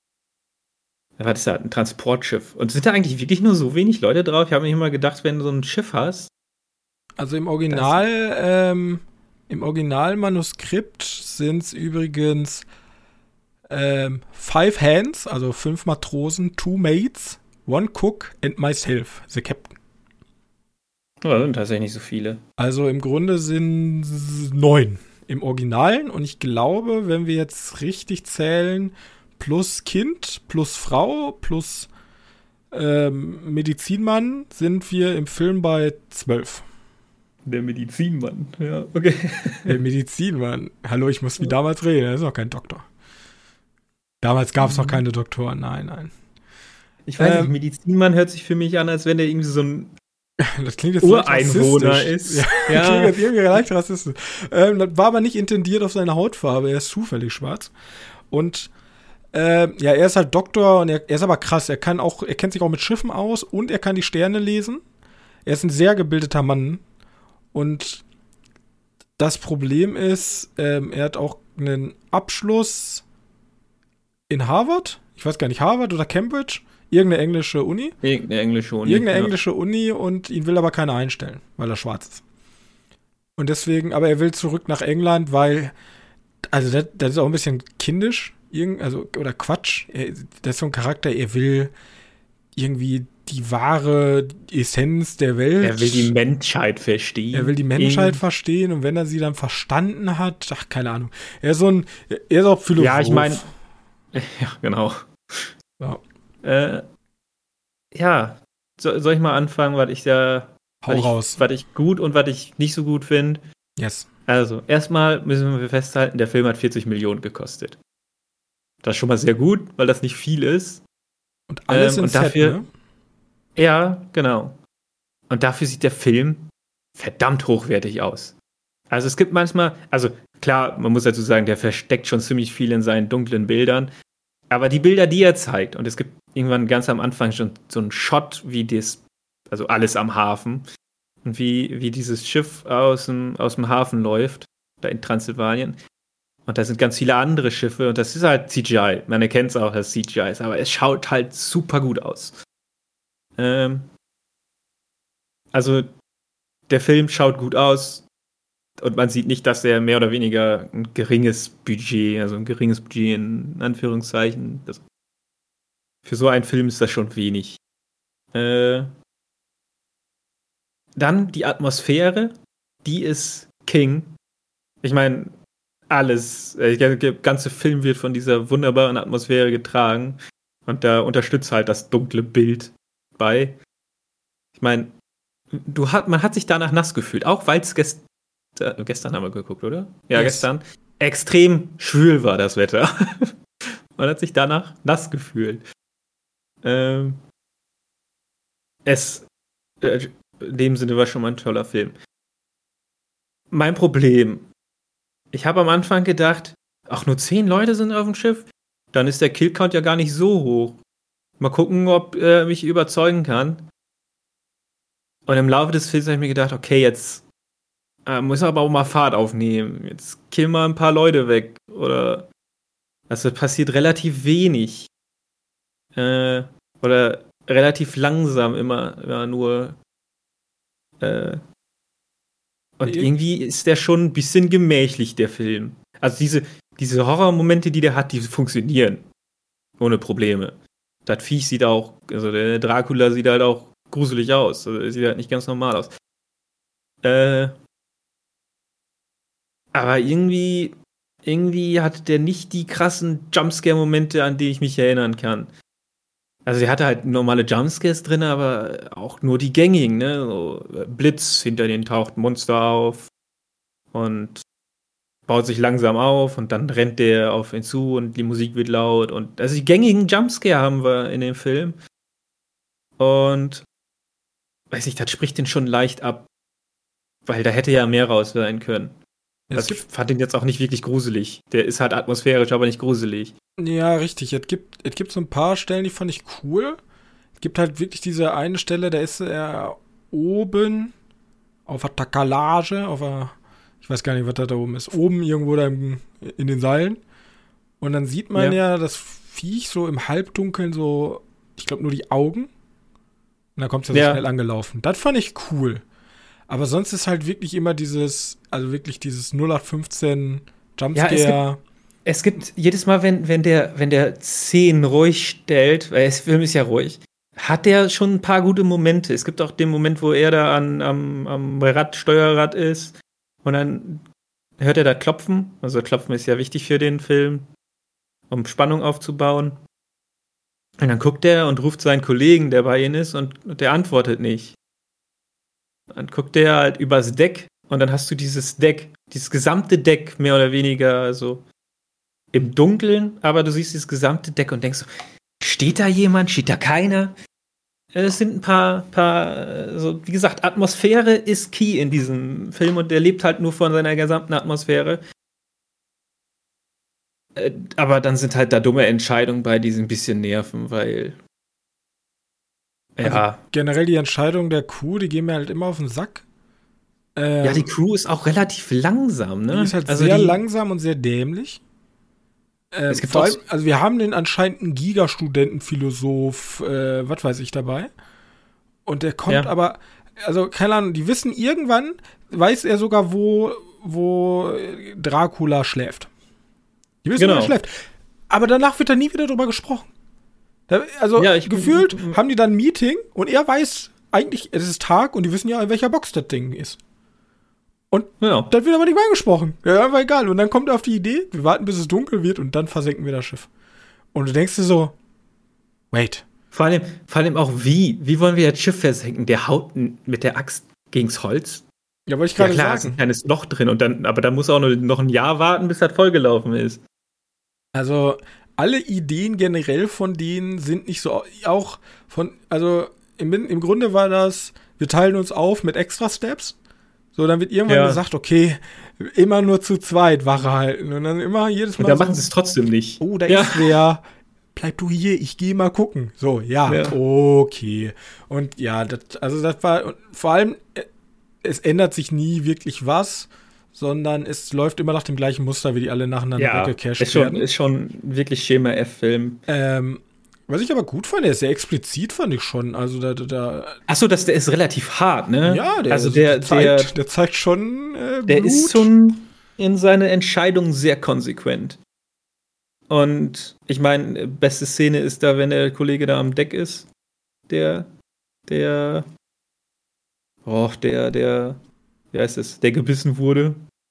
was ist das, ein Transportschiff. Und sind da eigentlich wirklich nur so wenig Leute drauf? Ich habe mir immer gedacht, wenn du so ein Schiff hast. Also im Original, ähm, im Originalmanuskript sind es übrigens ähm, five hands, also fünf Matrosen, two mates, one cook and myself, the captain. Oh, das sind tatsächlich nicht so viele. Also im Grunde sind es neun im Originalen. Und ich glaube, wenn wir jetzt richtig zählen, plus Kind, plus Frau, plus ähm, Medizinmann, sind wir im Film bei zwölf. Der Medizinmann, ja, okay. Der Medizinmann. Hallo, ich muss wie damals reden, er ist noch kein Doktor. Damals gab es mhm. noch keine Doktoren, nein, nein. Ich weiß ähm, nicht, Medizinmann hört sich für mich an, als wenn der irgendwie so ein das klingt jetzt Ureinwohner ist. Ja, ja. Das klingt jetzt irgendwie leicht rassistisch. Ähm, das war aber nicht intendiert auf seine Hautfarbe, er ist zufällig schwarz. Und äh, ja, er ist halt Doktor und er, er ist aber krass. Er kann auch, er kennt sich auch mit Schiffen aus und er kann die Sterne lesen. Er ist ein sehr gebildeter Mann. Und das Problem ist, ähm, er hat auch einen Abschluss in Harvard. Ich weiß gar nicht, Harvard oder Cambridge. Irgendeine englische Uni. Irgendeine englische Uni. Irgendeine ja. englische Uni und ihn will aber keiner einstellen, weil er schwarz ist. Und deswegen, aber er will zurück nach England, weil, also das, das ist auch ein bisschen kindisch, irgend, also, oder Quatsch. Er, das ist so ein Charakter, er will irgendwie die wahre Essenz der Welt. Er will die Menschheit verstehen. Er will die Menschheit In- verstehen und wenn er sie dann verstanden hat, ach, keine Ahnung. Er ist so ein, er ist auch Philosoph. Ja, ich meine, ja, genau. Ja. Äh, ja, so, soll ich mal anfangen, was ich da, Hau was raus. Ich, was ich gut und was ich nicht so gut finde? Yes. Also, erstmal müssen wir festhalten, der Film hat vierzig Millionen gekostet. Das ist schon mal sehr gut, weil das nicht viel ist. Und alles ähm, in und dafür, Set, ne? Ja, genau. Und dafür sieht der Film verdammt hochwertig aus. Also es gibt manchmal, also klar, man muss dazu sagen, der versteckt schon ziemlich viel in seinen dunklen Bildern. Aber die Bilder, die er zeigt, und es gibt irgendwann ganz am Anfang schon so einen Shot, wie das, also alles am Hafen, und wie, wie dieses Schiff aus dem, aus dem Hafen läuft, da in Transsilvanien. Und da sind ganz viele andere Schiffe, und das ist halt C G I. Man erkennt es auch, dass es C G I ist, aber es schaut halt super gut aus. Ähm, also, der Film schaut gut aus, und man sieht nicht, dass er mehr oder weniger ein geringes Budget, also ein geringes Budget in Anführungszeichen. Das, für so einen Film ist das schon wenig. Äh, dann die Atmosphäre, die ist King. Ich meine, alles, der ganze Film wird von dieser wunderbaren Atmosphäre getragen und da unterstützt halt das dunkle Bild bei. Ich meine, du hat, man hat sich danach nass gefühlt, auch weil es gest- äh, gestern haben wir geguckt, oder? Ja, yes. Gestern. Extrem schwül war das Wetter. Man hat sich danach nass gefühlt. Ähm, es, äh, in dem Sinne war schon mal ein toller Film. Mein Problem, ich habe am Anfang gedacht, ach, nur zehn Leute sind auf dem Schiff? Dann ist der Killcount ja gar nicht so hoch. Mal gucken, ob er mich überzeugen kann. Und im Laufe des Films habe ich mir gedacht, okay, jetzt äh, muss aber auch mal Fahrt aufnehmen. Jetzt kill mal ein paar Leute weg. Oder, also passiert relativ wenig. Äh, oder relativ langsam immer, immer nur. Äh, und irgendwie ist der schon ein bisschen gemächlich, der Film. Also diese, diese Horrormomente, die der hat, die funktionieren. Ohne Probleme. Das Viech sieht auch, also der Dracula sieht halt auch gruselig aus. Also sieht halt nicht ganz normal aus. Äh, aber irgendwie, irgendwie hat der nicht die krassen Jumpscare-Momente, an die ich mich erinnern kann. Also er hatte halt normale Jumpscares drin, aber auch nur die gängigen, ne? So, Blitz, hinter denen taucht ein Monster auf und baut sich langsam auf und dann rennt der auf ihn zu und die Musik wird laut und also die gängigen Jumpscare haben wir in dem Film. Und weiß ich, das spricht den schon leicht ab. Weil da hätte ja mehr raus sein können. Das ich fand den jetzt auch nicht wirklich gruselig. Der ist halt atmosphärisch, aber nicht gruselig. Ja, richtig. Es gibt, es gibt so ein paar Stellen, die fand ich cool. Es gibt halt wirklich diese eine Stelle, da ist er oben auf der Takalage, auf der, ich weiß gar nicht, was da, da oben ist, oben irgendwo da im, in den Seilen. Und dann sieht man ja. ja das Viech so im Halbdunkeln so, ich glaube nur die Augen. Und dann kommt es ja so ja. schnell angelaufen. Das fand ich cool. Aber sonst ist halt wirklich immer dieses, also wirklich dieses null acht fünfzehn Jumpscare. Ja, es, gibt, es gibt jedes Mal, wenn, wenn der, wenn der Szenen ruhig stellt, weil der Film ist ja ruhig, hat der schon ein paar gute Momente. Es gibt auch den Moment, wo er da an, am, am Rad, Steuerrad ist und dann hört er da Klopfen. Also Klopfen ist ja wichtig für den Film, um Spannung aufzubauen. Und dann guckt er und ruft seinen Kollegen, der bei ihm ist, und, und der antwortet nicht. Dann guckt der halt übers Deck und dann hast du dieses Deck, dieses gesamte Deck mehr oder weniger, also im Dunkeln, aber du siehst dieses gesamte Deck und denkst so, steht da jemand, steht da keiner? Es sind ein paar, paar, also wie gesagt, Atmosphäre ist key in diesem Film und der lebt halt nur von seiner gesamten Atmosphäre. Aber dann sind halt da dumme Entscheidungen bei, die ein bisschen nerven, weil Also ja. generell die Entscheidung der Crew, die gehen mir halt immer auf den Sack. Ähm, ja, die Crew ist auch relativ langsam, ne? Die ist halt also sehr die, langsam und sehr dämlich. Ähm, es gibt vor auch, allem, also wir haben den anscheinend einen Gigastudenten, Philosoph, äh, was weiß ich dabei. Und der kommt ja. aber, also keine Ahnung, die wissen irgendwann, weiß er sogar, wo, wo Dracula schläft. Die wissen, genau. wo er schläft. Aber danach wird da nie wieder drüber gesprochen. Also ja, ich, gefühlt m- m- haben die dann ein Meeting und er weiß eigentlich, es ist Tag und die wissen ja, in welcher Box das Ding ist. Und ja. dann wird aber nicht mehr angesprochen. Ja, aber egal. Und dann kommt er auf die Idee, wir warten, bis es dunkel wird und dann versenken wir das Schiff. Und du denkst dir so, wait. Vor allem, vor allem auch wie? Wie wollen wir das Schiff versenken? Der haut mit der Axt gegens Holz? Ja, wollte ich gerade ja, klar, sagen. ist ein kleines Loch drin und dann, aber da muss auch noch ein Jahr warten, bis das vollgelaufen ist. Also alle Ideen generell von denen sind nicht so, auch von, also im, im Grunde war das, wir teilen uns auf mit Extra-Steps. So, dann wird irgendwann ja. gesagt, okay, immer nur zu zweit Wache halten. Und dann immer jedes Mal. Und dann so, machen sie es trotzdem nicht. Oh, da ja. ist wer. Bleib du hier, ich gehe mal gucken. So, ja, ja, okay. Und ja, das, also das war, und vor allem, es ändert sich nie wirklich was, sondern es läuft immer nach dem gleichen Muster, wie die alle nacheinander ja, weggecached ist schon, werden. ist schon wirklich Schema-F-Film. Ähm, was ich aber gut fand, der ist sehr explizit, fand ich schon. Also da, da Achso, das, der ist relativ hart, ne? Ja, der, also der, zeigt, der, der zeigt schon äh, Der Blut. ist schon in seine Entscheidungen sehr konsequent. Und ich meine, beste Szene ist da, wenn der Kollege da am Deck ist. Der, der, oh, der, der, wie heißt es, der gebissen wurde.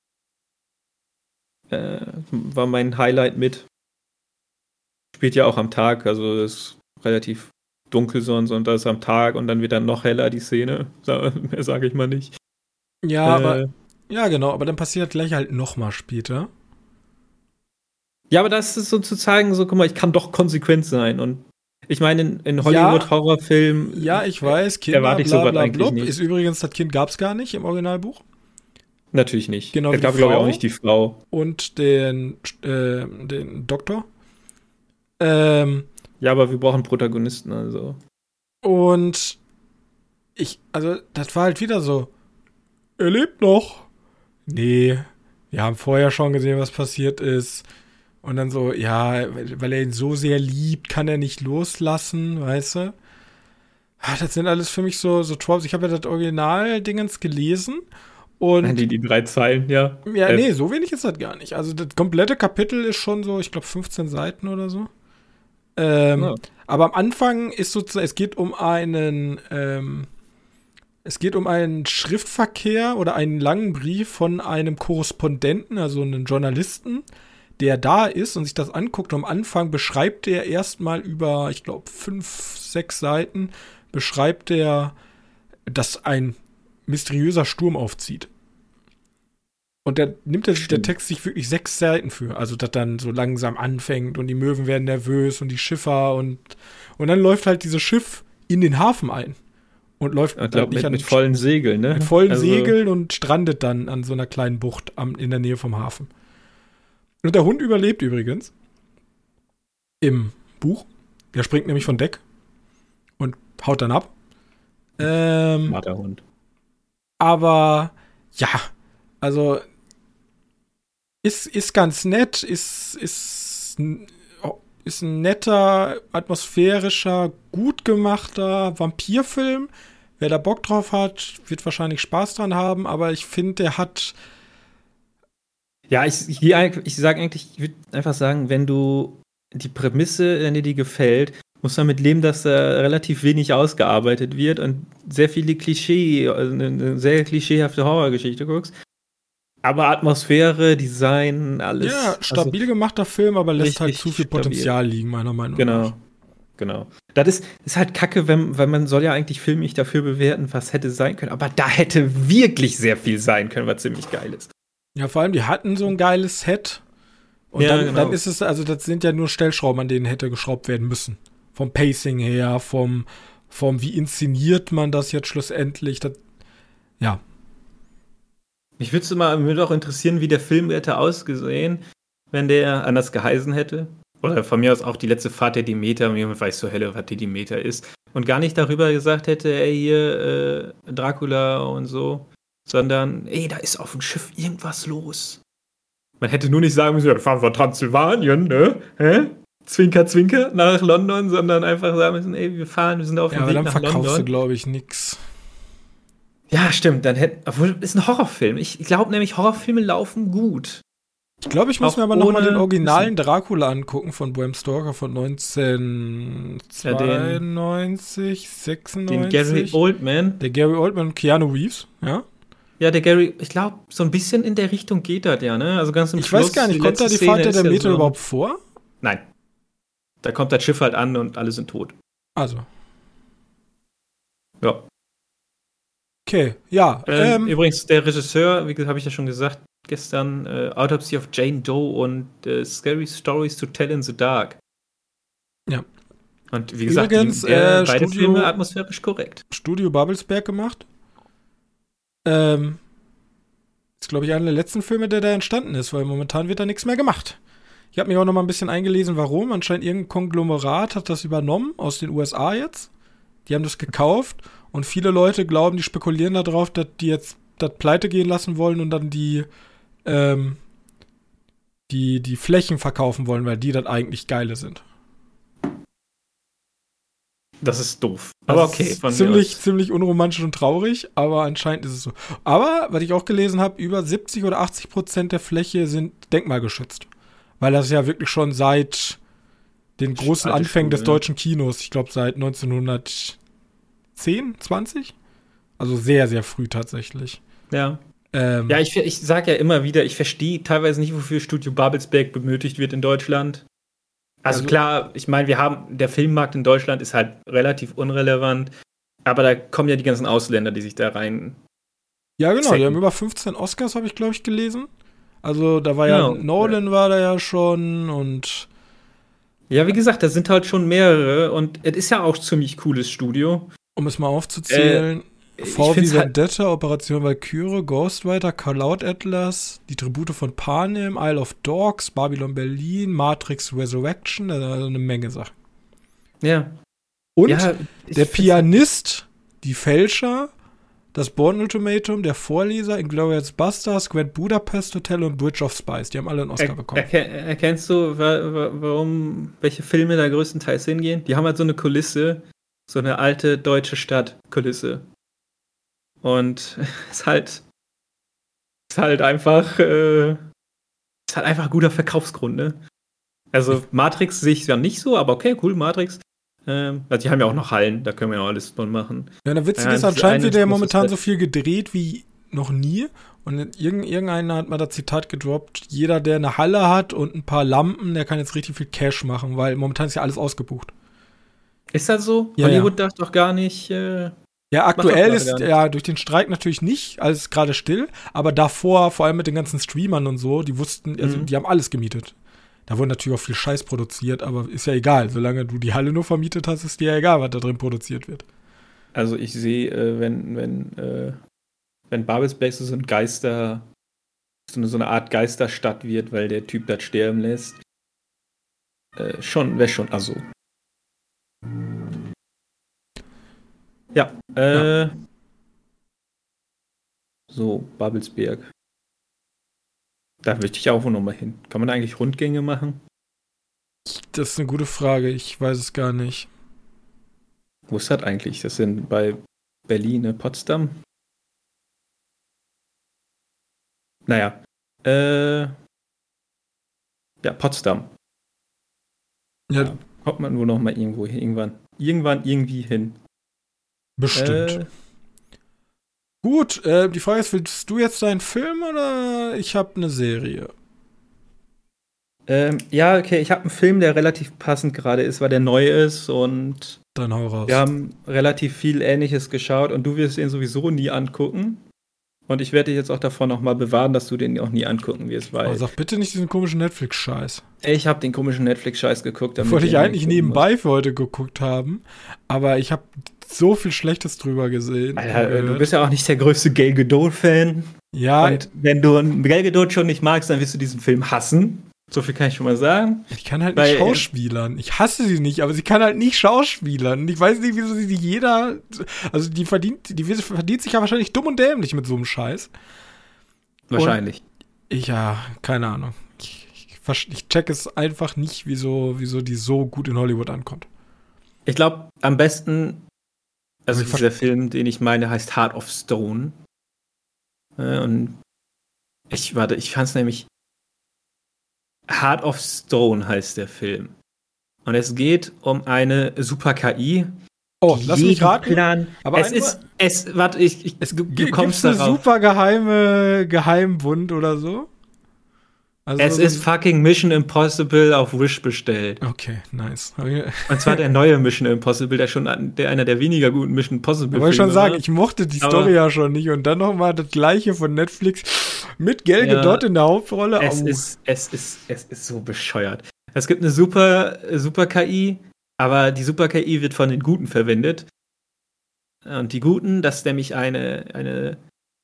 Äh, war mein Highlight mit. Spielt ja auch am Tag, also ist relativ dunkel sonst und das ist am Tag und dann wird dann noch heller die Szene. Mehr sage ich mal nicht. Ja, äh, aber, ja, genau, aber dann passiert gleich halt noch mal später. Ja, aber das ist so zu zeigen, so, guck mal, ich kann doch konsequent sein und ich meine, in, in Hollywood-Horrorfilmen Ja, ich weiß, Kinder, erwarte ich bla, sowas bla, eigentlich blub. nicht. Ist übrigens, das Kind gab's gar nicht im Originalbuch. Natürlich nicht. Genau, es gab, glaube ich, auch nicht die Frau. Und den, äh, den Doktor. Ähm, ja, aber wir brauchen Protagonisten, also. Und ich, also, das war halt wieder so, er lebt noch. Nee, wir haben vorher schon gesehen, was passiert ist. Und dann so, ja, weil er ihn so sehr liebt, kann er nicht loslassen, weißt du? Ah, das sind alles für mich so, so Tropes. Ich habe ja das Original-Dingens gelesen. Und Die, die drei Zeilen, ja. ja, Äh, nee, so wenig ist das gar nicht. Also das komplette Kapitel ist schon so, ich glaube, fünfzehn Seiten oder so. Ähm, Ja. Aber am Anfang ist sozusagen, es geht um einen, ähm, es geht um einen Schriftverkehr oder einen langen Brief von einem Korrespondenten, also einem Journalisten, der da ist und sich das anguckt. Und am Anfang beschreibt er erstmal über, ich glaube, fünf, sechs Seiten, beschreibt er, dass ein mysteriöser Sturm aufzieht. Und da nimmt er sich, der Text sich wirklich sechs Seiten für. Also, dass dann so langsam anfängt und die Möwen werden nervös und die Schiffer und und dann läuft halt dieses Schiff in den Hafen ein. Und läuft Ich glaube, nicht mit, an mit vollen Segeln, ne? mit vollen Also, Segeln und strandet dann an so einer kleinen Bucht am, in der Nähe vom Hafen. Und der Hund überlebt übrigens. Im Buch. Der springt nämlich von Deck und haut dann ab. Ähm, Smarter Hund. aber ja, also ist, ist ganz nett, ist, ist, n- oh, ist ein netter, atmosphärischer, gut gemachter Vampirfilm. Wer da Bock drauf hat, wird wahrscheinlich Spaß dran haben, aber ich finde, der hat. Ja, ich, ich, ich sage eigentlich, ich würde einfach sagen, wenn du die Prämisse, wenn dir die gefällt, muss man damit leben, dass da relativ wenig ausgearbeitet wird und sehr viele Klischee, also eine, eine sehr klischeehafte Horrorgeschichte guckst. Aber Atmosphäre, Design, alles. Ja, stabil gemachter Film, aber lässt halt richtig zu viel stabil. Potenzial liegen, meiner Meinung Genau, nach. genau. Das ist, ist halt kacke, wenn, weil man soll ja eigentlich Film nicht dafür bewerten, was hätte sein können. Aber da hätte wirklich sehr viel sein können, was ziemlich geil ist. Ja, vor allem, die hatten so ein geiles Set. Und Ja, dann, genau. dann ist es, also das sind ja nur Stellschrauben, an denen hätte geschraubt werden müssen. Vom Pacing her, vom, vom wie inszeniert man das jetzt schlussendlich. Das, ja. Mich würde mal, mich würde auch interessieren, wie der Film hätte ausgesehen, wenn der anders geheißen hätte. Oder von mir aus auch die letzte Fahrt der Demeter, jemand weiß zur Hölle, was die Demeter ist. Und gar nicht darüber gesagt hätte, ey, hier, äh, Dracula und so. Sondern, ey, da ist auf dem Schiff irgendwas los. Man hätte nur nicht sagen müssen, ja, fahren wir Transsilvanien, ne? Hä? Zwinker, zwinker nach London, sondern einfach sagen müssen, ey, wir fahren, wir sind auf dem Ja, aber Weg dann nach verkaufst London. du, glaube ich, nix. Ja, stimmt, dann hätte, obwohl, ist ein Horrorfilm. Ich glaube nämlich, Horrorfilme laufen gut. Ich glaube, ich muss Auch mir aber noch mal ohne den originalen Dracula angucken von Bram Stoker von neunzehnhundertzweiundneunzig, Den sechsundneunzig. Gary Oldman. Der Gary Oldman und Keanu Reeves, ja. Ja, der Gary, ich glaube, so ein bisschen in der Richtung geht das ja, ne? Also ganz im Ich Schluss, weiß gar nicht, die kommt da letzte die Fahrt Szene der ist ja Demeter so- überhaupt vor? Nein. Da kommt das Schiff halt an und alle sind tot. Also, Ja. okay, ja. Ähm, Ähm, Übrigens, der Regisseur, wie habe ich ja schon gesagt, gestern äh, Autopsy of Jane Doe und äh, Scary Stories to Tell in the Dark. Ja. Und wie gesagt, Übrigens, die, äh, äh, beide Studio- Filme atmosphärisch korrekt. Studio Babelsberg gemacht. Ähm, ist, glaube ich, einer der letzten Filme, der da entstanden ist, weil momentan wird da nichts mehr gemacht. Ich habe mich auch noch mal ein bisschen eingelesen, warum. Anscheinend irgendein Konglomerat hat das übernommen, aus den U S A jetzt. Die haben das gekauft und viele Leute glauben, die spekulieren darauf, dass die jetzt das pleite gehen lassen wollen und dann die, ähm, die, die Flächen verkaufen wollen, weil die dann eigentlich geile sind. Das ist doof. Aber Das okay, ist von mir ziemlich, aus. ziemlich unromantisch und traurig, aber anscheinend ist es so. Aber, was ich auch gelesen habe, über siebzig oder achtzig Prozent der Fläche sind denkmalgeschützt. Weil das ja wirklich schon seit den großen Alte Anfängen des Schule, ja. deutschen Kinos, ich glaube seit neunzehnhundertzehn, zwanzig? Also sehr, sehr früh tatsächlich. Ja. Ähm, Ja, ich, ich sage ja immer wieder, ich verstehe teilweise nicht, wofür Studio Babelsberg benötigt wird in Deutschland. Also, Also- klar, ich meine, wir haben, der Filmmarkt in Deutschland ist halt relativ unrelevant, aber da kommen ja die ganzen Ausländer, die sich da rein. ja, genau, die Zecken. haben über fünfzehn Oscars, habe ich, glaube ich, gelesen. Also da war ja, Ja. Nolan war da ja schon und Ja, wie gesagt, da sind halt schon mehrere und es ist ja auch ziemlich cooles Studio. um es mal aufzuzählen, Äh, ich V wie find's halt- Vendetta, Operation Valkyrie, Ghostwriter, Cloud Atlas, die Tribute von Panem, Isle of Dogs, Babylon Berlin, Matrix Resurrection, also eine Menge Sachen. Ja. Und ja, ich der find's- Pianist, die Fälscher, das Bourne Ultimatum, der Vorleser, Inglourious Basterds, Grand Budapest Hotel und Bridge of Spies. Die haben alle einen Oscar Er, bekommen. erken, erkennst du, wa, wa, warum welche Filme da größtenteils hingehen? Die haben halt so eine Kulisse, so eine alte deutsche Stadtkulisse. Und es ist halt, ist halt einfach, äh, ist halt einfach ein guter Verkaufsgrund, ne? Also Matrix sehe ich ja nicht so, aber okay, cool, Matrix. Ähm, also die haben ja auch noch Hallen, da können wir ja auch alles von machen. Ja, der Witz Ja, ist, das anscheinend eine wird ja große momentan Set. so viel gedreht wie noch nie. Und irgend, irgendeiner hat mal das Zitat gedroppt, jeder, der eine Halle hat und ein paar Lampen, der kann jetzt richtig viel Cash machen, weil momentan ist ja alles ausgebucht. Ist das so? Ja, Hollywood darf doch gar nicht. Äh, Ja, aktuell Macht das ist gerade ja durch den Streik natürlich nicht, alles gerade still, aber davor, vor allem mit den ganzen Streamern und so, die wussten, also Mhm. die haben alles gemietet. Da wurde natürlich auch viel Scheiß produziert, aber ist ja egal, solange du die Halle nur vermietet hast, ist dir ja egal, was da drin produziert wird. Also ich sehe, äh, wenn, wenn, äh, wenn Babelsberg so ein Geister, so eine, so eine Art Geisterstadt wird, weil der Typ das sterben lässt, äh, schon, wäre schon also. Ja, äh, so, Babelsberg. Da möchte ich auch noch mal hin. Kann man da eigentlich Rundgänge machen? Das ist eine gute Frage, ich weiß es gar nicht. Wo ist das eigentlich? Das sind bei Berlin, ne? Potsdam? Naja, äh, ja, Potsdam. Ja, Ja, kommt man nur noch mal irgendwo hin, irgendwann. Irgendwann irgendwie hin. bestimmt. Äh, Gut, äh, die Frage ist, willst du jetzt deinen Film oder ich habe eine Serie? ähm, ja, okay, ich habe einen Film, der relativ passend gerade ist, weil der neu ist und Dann hau raus. wir haben relativ viel Ähnliches geschaut und du wirst ihn sowieso nie angucken. Und ich werde dich jetzt auch davor noch mal bewahren, dass du den auch nie angucken wirst, weil Aber sag bitte nicht diesen komischen Netflix-Scheiß. ich habe den komischen Netflix-Scheiß geguckt. damit Wollte ich ihr ihn eigentlich gucken nebenbei für heute geguckt haben, aber ich habe so viel Schlechtes drüber gesehen. müsst. und Alter, du gehört. bist ja auch nicht der größte Gal Gadot-Fan. Ja, Und wenn du einen Gal Gadot schon nicht magst, dann wirst du diesen Film hassen. So viel kann ich schon mal sagen. ich kann halt Weil, nicht äh, schauspielern. Ich hasse sie nicht, aber sie kann halt nicht schauspielern. Und ich weiß nicht, wieso sie jeder. Also die verdient, die verdient sich ja wahrscheinlich dumm und dämlich mit so einem Scheiß. Wahrscheinlich. Ich ja, keine Ahnung. Ich, ich, versch- ich check es einfach nicht, wieso, wieso die so gut in Hollywood ankommt. Ich glaube, am besten, also Ich ver- dieser Film, den ich meine, heißt Heart of Stone. Äh, und ich, warte, ich fand es nämlich Heart of Stone heißt der Film. Und es geht um eine Super-K I. Oh, die lass mich jeden raten. Plan, Aber es ein- ist, es, warte, ich, ich Es du, gibt du kommst eine darauf. super geheime Geheimbund oder so. Also Es so- ist fucking Mission Impossible auf Wish bestellt. Okay, nice. Und zwar der neue Mission Impossible, der schon an, der einer der weniger guten Mission Impossible Da wollte ich schon Filme sagen, war. ich mochte die Aber- Story ja schon nicht. Und dann nochmal das gleiche von Netflix mit Gal Ja, Gadot in der Hauptrolle. Es Au. ist, es ist, es ist so bescheuert. Es gibt eine super, super K I, aber die super K I wird von den Guten verwendet. Und die Guten, das ist nämlich eine, eine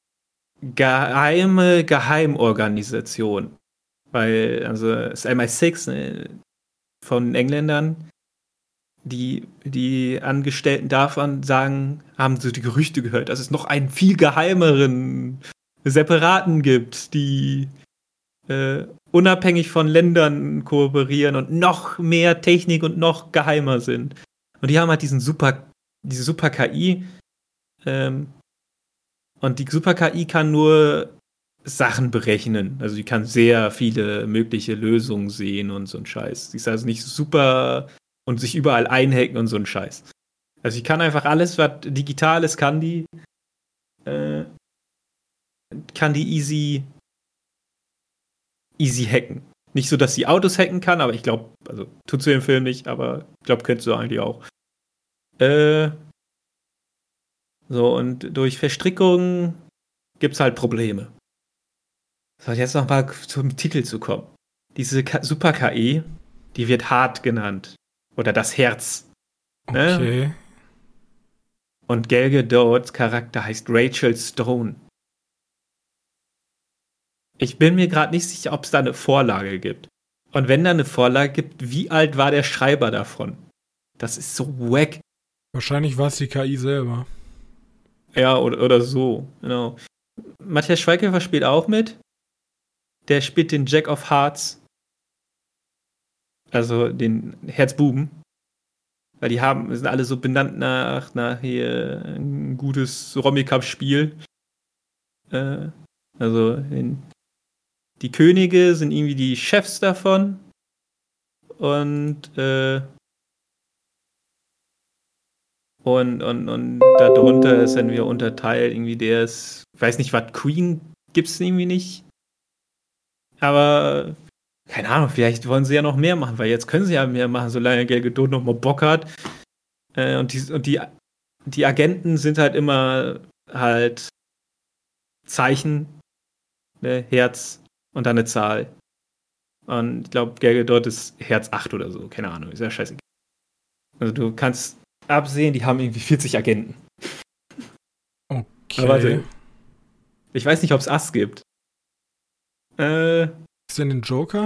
geheime Geheimorganisation. Weil, also, das M I sechs ne, von Engländern, die, die Angestellten davon sagen, haben so die Gerüchte gehört, dass es noch einen viel geheimeren Separaten gibt, die äh, unabhängig von Ländern kooperieren und noch mehr Technik und noch geheimer sind. Und die haben halt diesen super, diese super K I. Ähm, und die super K I kann nur Sachen berechnen. Also die kann sehr viele mögliche Lösungen sehen und so ein Scheiß. Die ist also nicht super und sich überall einhacken und so ein Scheiß. Also die kann einfach alles, was digital ist, kann die äh, kann die easy easy hacken. Nicht so, dass sie Autos hacken kann, aber ich glaube, also tut sie im Film nicht, aber ich glaube, könntest du eigentlich auch. Äh, so, und durch Verstrickungen gibt's halt Probleme. So, jetzt noch mal zum Titel zu kommen. Diese K- Super-K I, die wird Heart genannt. Oder das Herz. Ne? Okay. Und Gal Gadots Charakter heißt Rachel Stone. Ich bin mir gerade nicht sicher, ob es da eine Vorlage gibt. Und wenn da eine Vorlage gibt, wie alt war der Schreiber davon? Das ist so wack. Wahrscheinlich war es die K I selber. Ja, oder, oder so, genau. Matthias Schweighöfer spielt auch mit. Der spielt den Jack of Hearts. Also den Herzbuben. Weil die haben, sind alle so benannt nach, nach hier ein gutes Romy-Cup-Spiel. Äh, also in, die Könige sind irgendwie die Chefs davon. Und äh, und, und, und darunter ist dann wieder unterteilt, irgendwie der ist, ich weiß nicht, was, Queen gibt's irgendwie nicht. Aber keine Ahnung, vielleicht wollen sie ja noch mehr machen, weil jetzt können sie ja mehr machen, solange Gal Gadot noch mal Bock hat. Äh, und die, und die, die Agenten sind halt immer halt Zeichen, ne, Herz und dann eine Zahl. Und ich glaube, Gal Gadot ist Herz acht oder so, keine Ahnung, ist ja scheißegal. Also du kannst absehen, die haben irgendwie vierzig Agenten. Okay. Aber warte, ich weiß nicht, ob es Ass gibt. Äh, Ist denn den Joker?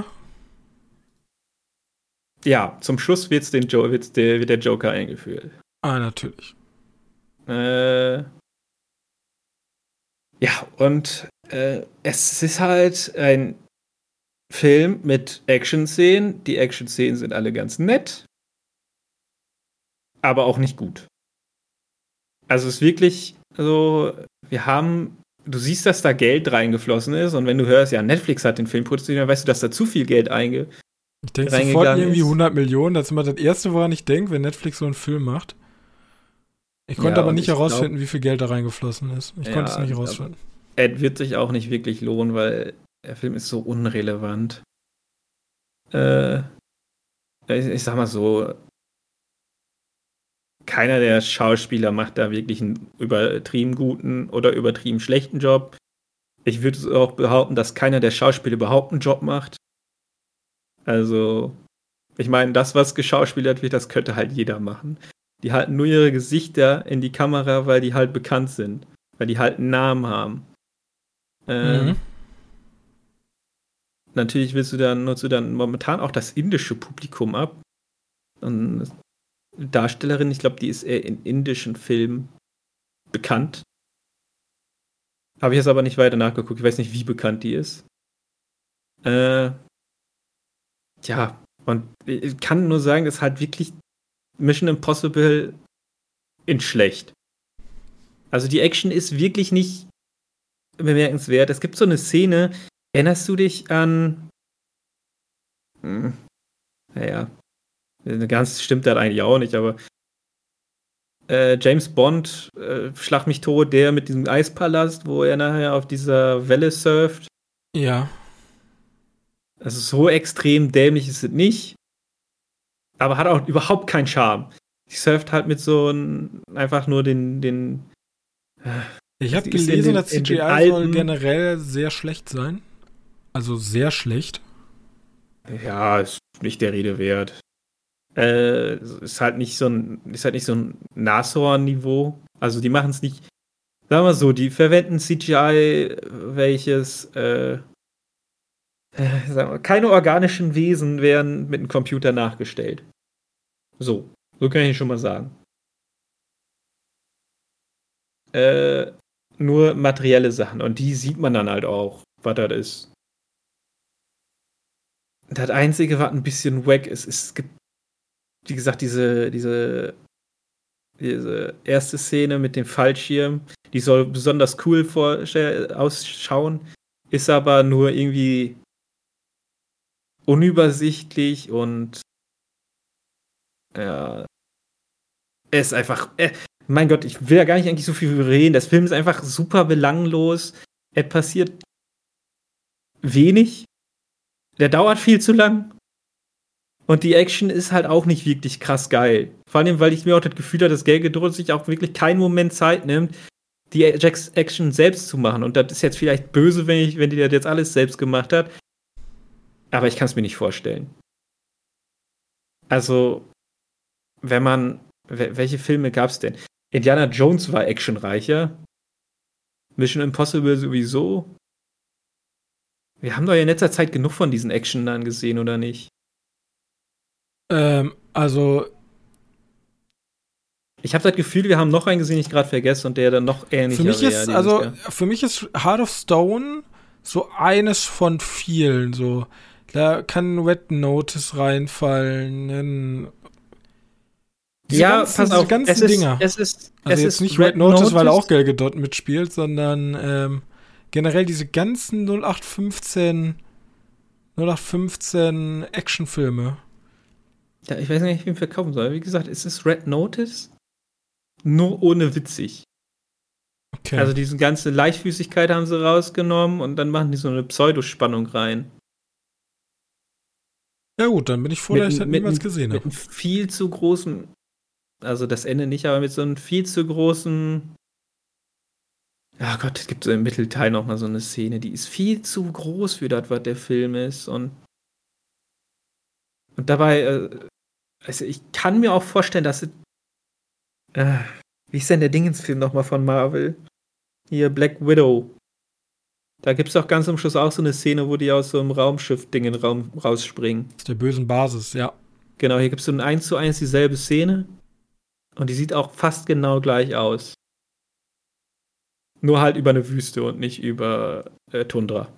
ja, zum Schluss wird's den jo- wird's der, wird der Joker eingeführt. Ah, natürlich. Äh, ja, und äh, es ist halt ein Film mit Action-Szenen. Die Action-Szenen sind alle ganz nett, aber auch nicht gut. Also es ist wirklich so, wir haben, du siehst, dass da Geld reingeflossen ist und wenn du hörst, ja, Netflix hat den Film produziert, dann weißt du, dass da zu viel Geld einge Ich denke sofort irgendwie hundert Millionen. Das ist immer das Erste, woran ich denke, wenn Netflix so einen Film macht. Ich konnte ja, aber nicht herausfinden, glaub, wie viel Geld da reingeflossen ist. Ich ja, konnte es nicht herausfinden. Es wird sich auch nicht wirklich lohnen, weil der Film ist so unrelevant. Äh, ich, ich sag mal so, keiner der Schauspieler macht da wirklich einen übertrieben guten oder übertrieben schlechten Job. Ich würde auch behaupten, dass keiner der Schauspieler überhaupt einen Job macht. Also, ich meine, das, was geschauspielert wird, das könnte halt jeder machen. Die halten nur ihre Gesichter in die Kamera, weil die halt bekannt sind. Weil die halt einen Namen haben. Ähm, Mhm. Natürlich willst du dann, nutzt du dann momentan auch das indische Publikum ab. Und Darstellerin, ich glaube, die ist eher in indischen Filmen bekannt. Habe ich jetzt aber nicht weiter nachgeguckt. Ich weiß nicht, wie bekannt die ist. Äh, ja, und ich kann nur sagen, das ist halt wirklich Mission Impossible in schlecht. Also die Action ist wirklich nicht bemerkenswert. Es gibt so eine Szene, erinnerst du dich an hm, naja, ganz stimmt das eigentlich auch nicht, aber äh, James Bond, äh, Schlag mich tot, der mit diesem Eispalast, wo er nachher auf dieser Welle surft. Ja. Also so extrem dämlich ist es nicht, aber hat auch überhaupt keinen Charme. Die surft halt mit so ein, einfach nur den, den Ich habe die ist in gelesen, den- dass in C G den I soll Alpen- generell sehr schlecht sein. Also sehr schlecht. ja, ist nicht der Rede wert. Äh, ist halt nicht so ein, ist halt nicht so ein Nashorn-Niveau. Also die machen es nicht, sagen wir so, die verwenden C G I, welches, äh, äh, sagen wir, keine organischen Wesen werden mit einem Computer nachgestellt. So, so kann ich schon mal sagen. Äh, nur materielle Sachen und die sieht man dann halt auch, was das ist. Das Einzige, was ein bisschen wack ist, ist, es gibt, wie gesagt, diese, diese, diese erste Szene mit dem Fallschirm, die soll besonders cool vorstell- ausschauen, ist aber nur irgendwie unübersichtlich und ja, es ist einfach, äh, mein Gott, ich will ja gar nicht eigentlich so viel drüber reden. Das Film ist einfach super belanglos. Es passiert wenig. Der dauert viel zu lang. Und die Action ist halt auch nicht wirklich krass geil. Vor allem, weil ich mir auch das Gefühl habe, dass Gal Gadot sich auch wirklich keinen Moment Zeit nimmt, die Action selbst zu machen. Und das ist jetzt vielleicht böse, wenn, ich, wenn die das jetzt alles selbst gemacht hat. Aber ich kann es mir nicht vorstellen. Also, wenn man. Welche Filme gab es denn? Indiana Jones war actionreicher. Mission Impossible sowieso. Wir haben doch in letzter Zeit genug von diesen Actionern gesehen, oder nicht? Ähm, also Ich habe das Gefühl, wir haben noch einen gesehen, den ich gerade vergesse und der dann noch ähnlicher Für mich wäre ist, dieses also, Jahr. für mich ist Heart of Stone so eines von vielen, so. Da kann Red Notice reinfallen, ein Diese Ja, ganzen, pass diese auf, ganzen es ist, Dinger. es ist, Also es jetzt ist nicht Red Red Notice, weil Notice. auch Gal Gadot mitspielt, sondern ähm, generell diese ganzen null acht fünfzehn null acht fünfzehn Actionfilme. Ja, ich weiß nicht, wie ich ihn verkaufen soll. Wie gesagt, es ist Red Notice, nur ohne witzig. Okay. Also diese ganze Leichtfüßigkeit haben sie rausgenommen und dann machen die so eine Pseudospannung rein. Ja gut, dann bin ich froh, dass ich das niemals gesehen Mit habe. einem viel zu großen, also das Ende nicht, aber mit so einem viel zu großen. Ja Gott, es gibt so im Mittelteil noch mal so eine Szene, die ist viel zu groß für das, was der Film ist. Und, und dabei, äh, also ich kann mir auch vorstellen, dass es. Äh, wie ist denn der Dingensfilm nochmal von Marvel? Hier, Black Widow. Da gibt es doch ganz am Schluss auch so eine Szene, wo die aus so einem Raumschiff-Ding in den Raum rausspringen. Aus der bösen Basis, ja. Genau, hier gibt es so ein eins zu eins dieselbe Szene. Und die sieht auch fast genau gleich aus. Nur halt über eine Wüste und nicht über äh, Tundra.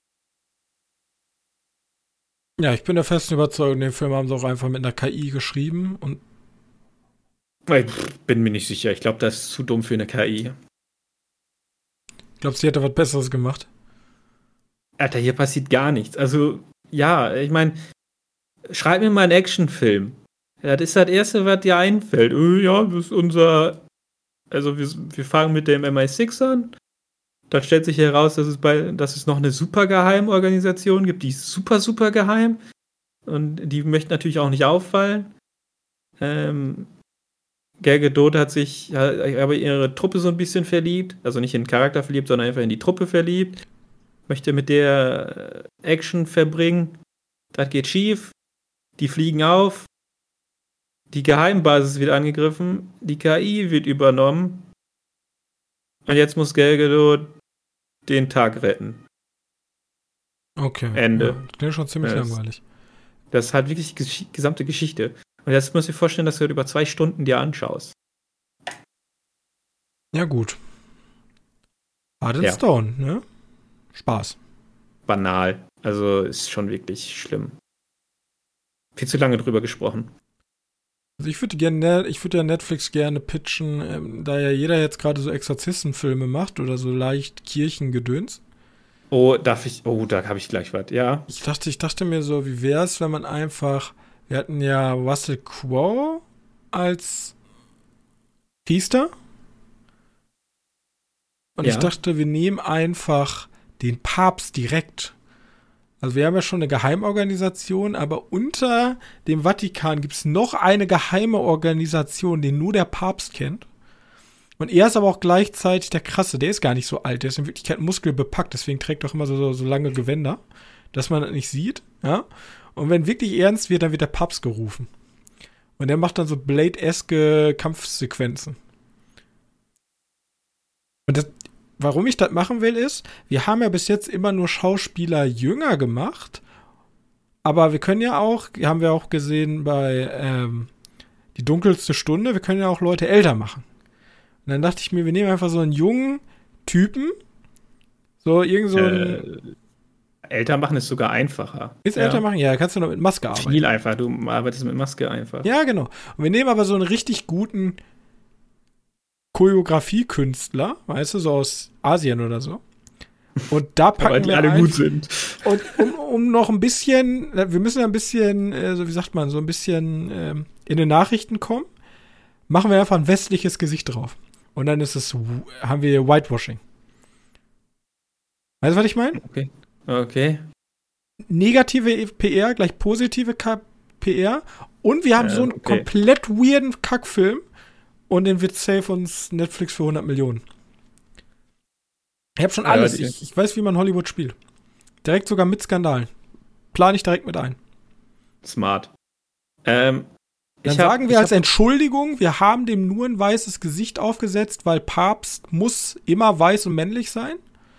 Ja, ich bin der festen Überzeugung, den Film haben sie auch einfach mit einer K I geschrieben und Ich bin mir nicht sicher. Ich glaube, das ist zu dumm für eine K I. glaubst du, die hätte was Besseres gemacht? Alter, hier passiert gar nichts. Also, ja, ich meine, schreib mir mal einen Actionfilm. Ja, das ist das Erste, was dir einfällt. Äh, ja, das ist unser. Also, wir, wir fangen mit dem M I sechs an. Dann stellt sich heraus, dass es, bei, dass es noch eine super Geheimorganisation gibt, die ist super, super geheim. Und die möchte natürlich auch nicht auffallen. Ähm, Gal Gadot hat sich ja, aber ihre Truppe so ein bisschen verliebt. Also nicht in den Charakter verliebt, sondern einfach in die Truppe verliebt. Möchte mit der Action verbringen. Das geht schief. Die fliegen auf. Die Geheimbasis wird angegriffen. Die K I wird übernommen. Und jetzt muss Gal Gadot den Tag retten. Okay. Ende. Ja, das klingt schon ziemlich Ja, das- langweilig. Das ist halt wirklich die gesch- gesamte Geschichte. Und jetzt musst du dir vorstellen, dass du das über zwei Stunden dir anschaust. Ja, gut. Hard and Ja. Stone, ne? Spaß. Banal. Also ist schon wirklich schlimm. Viel zu lange drüber gesprochen. Also ich würde gerne, ich würde ja Netflix gerne pitchen, ähm, da ja jeder jetzt gerade so Exorzistenfilme macht oder so leicht Kirchengedöns. Oh, darf ich. Oh, da habe ich gleich was. Ja. Ich dachte, ich dachte mir so, wie wäre es, wenn man einfach, wir hatten ja Russell Crowe als Priester. Und Ja. ich dachte, wir nehmen einfach den Papst direkt. Also wir haben ja schon eine Geheimorganisation, aber unter dem Vatikan gibt es noch eine geheime Organisation, den nur der Papst kennt. Und er ist aber auch gleichzeitig der Krasse. Der ist gar nicht so alt. Der ist in Wirklichkeit muskelbepackt. Deswegen trägt er auch immer so, so, so lange Gewänder, dass man das nicht sieht. Ja? Und wenn wirklich ernst wird, dann wird der Papst gerufen. Und der macht dann so Blade-eske Kampfsequenzen. Und das, warum ich das machen will, ist, wir haben ja bis jetzt immer nur Schauspieler jünger gemacht. Aber wir können ja auch, haben wir auch gesehen bei ähm, Die dunkelste Stunde, wir können ja auch Leute älter machen. Und dann dachte ich mir, wir nehmen einfach so einen jungen Typen, so irgend so ein. Äh, älter machen ist sogar einfacher. Ist Ja. älter machen? Ja, kannst du noch mit Maske arbeiten. Viel einfacher. Du arbeitest mit Maske einfach. Ja, genau. Und wir nehmen aber so einen richtig guten Choreografiekünstler, weißt du, so aus Asien oder so. Und da packen Weil die wir alle ein, gut sind. Und um, um noch ein bisschen, wir müssen ein bisschen, äh, so wie sagt man, so ein bisschen ähm, in den Nachrichten kommen, machen wir einfach ein westliches Gesicht drauf. Und dann ist es, haben wir Whitewashing. Weißt du, was ich meine? Okay. Okay. Negative P R gleich positive K- P R. Und wir haben Äh, so einen okay. komplett weirden Kackfilm. Und den wird safe uns Netflix für hundert Millionen. Ich habe schon Ja, alles. die- Ich, ich weiß, wie man Hollywood spielt. Direkt sogar mit Skandalen. Plane ich direkt mit ein. Smart. Ähm, Dann ich hab- sagen wir ich als hab- Entschuldigung, wir haben dem nur ein weißes Gesicht aufgesetzt, weil Papst muss immer weiß und männlich sein.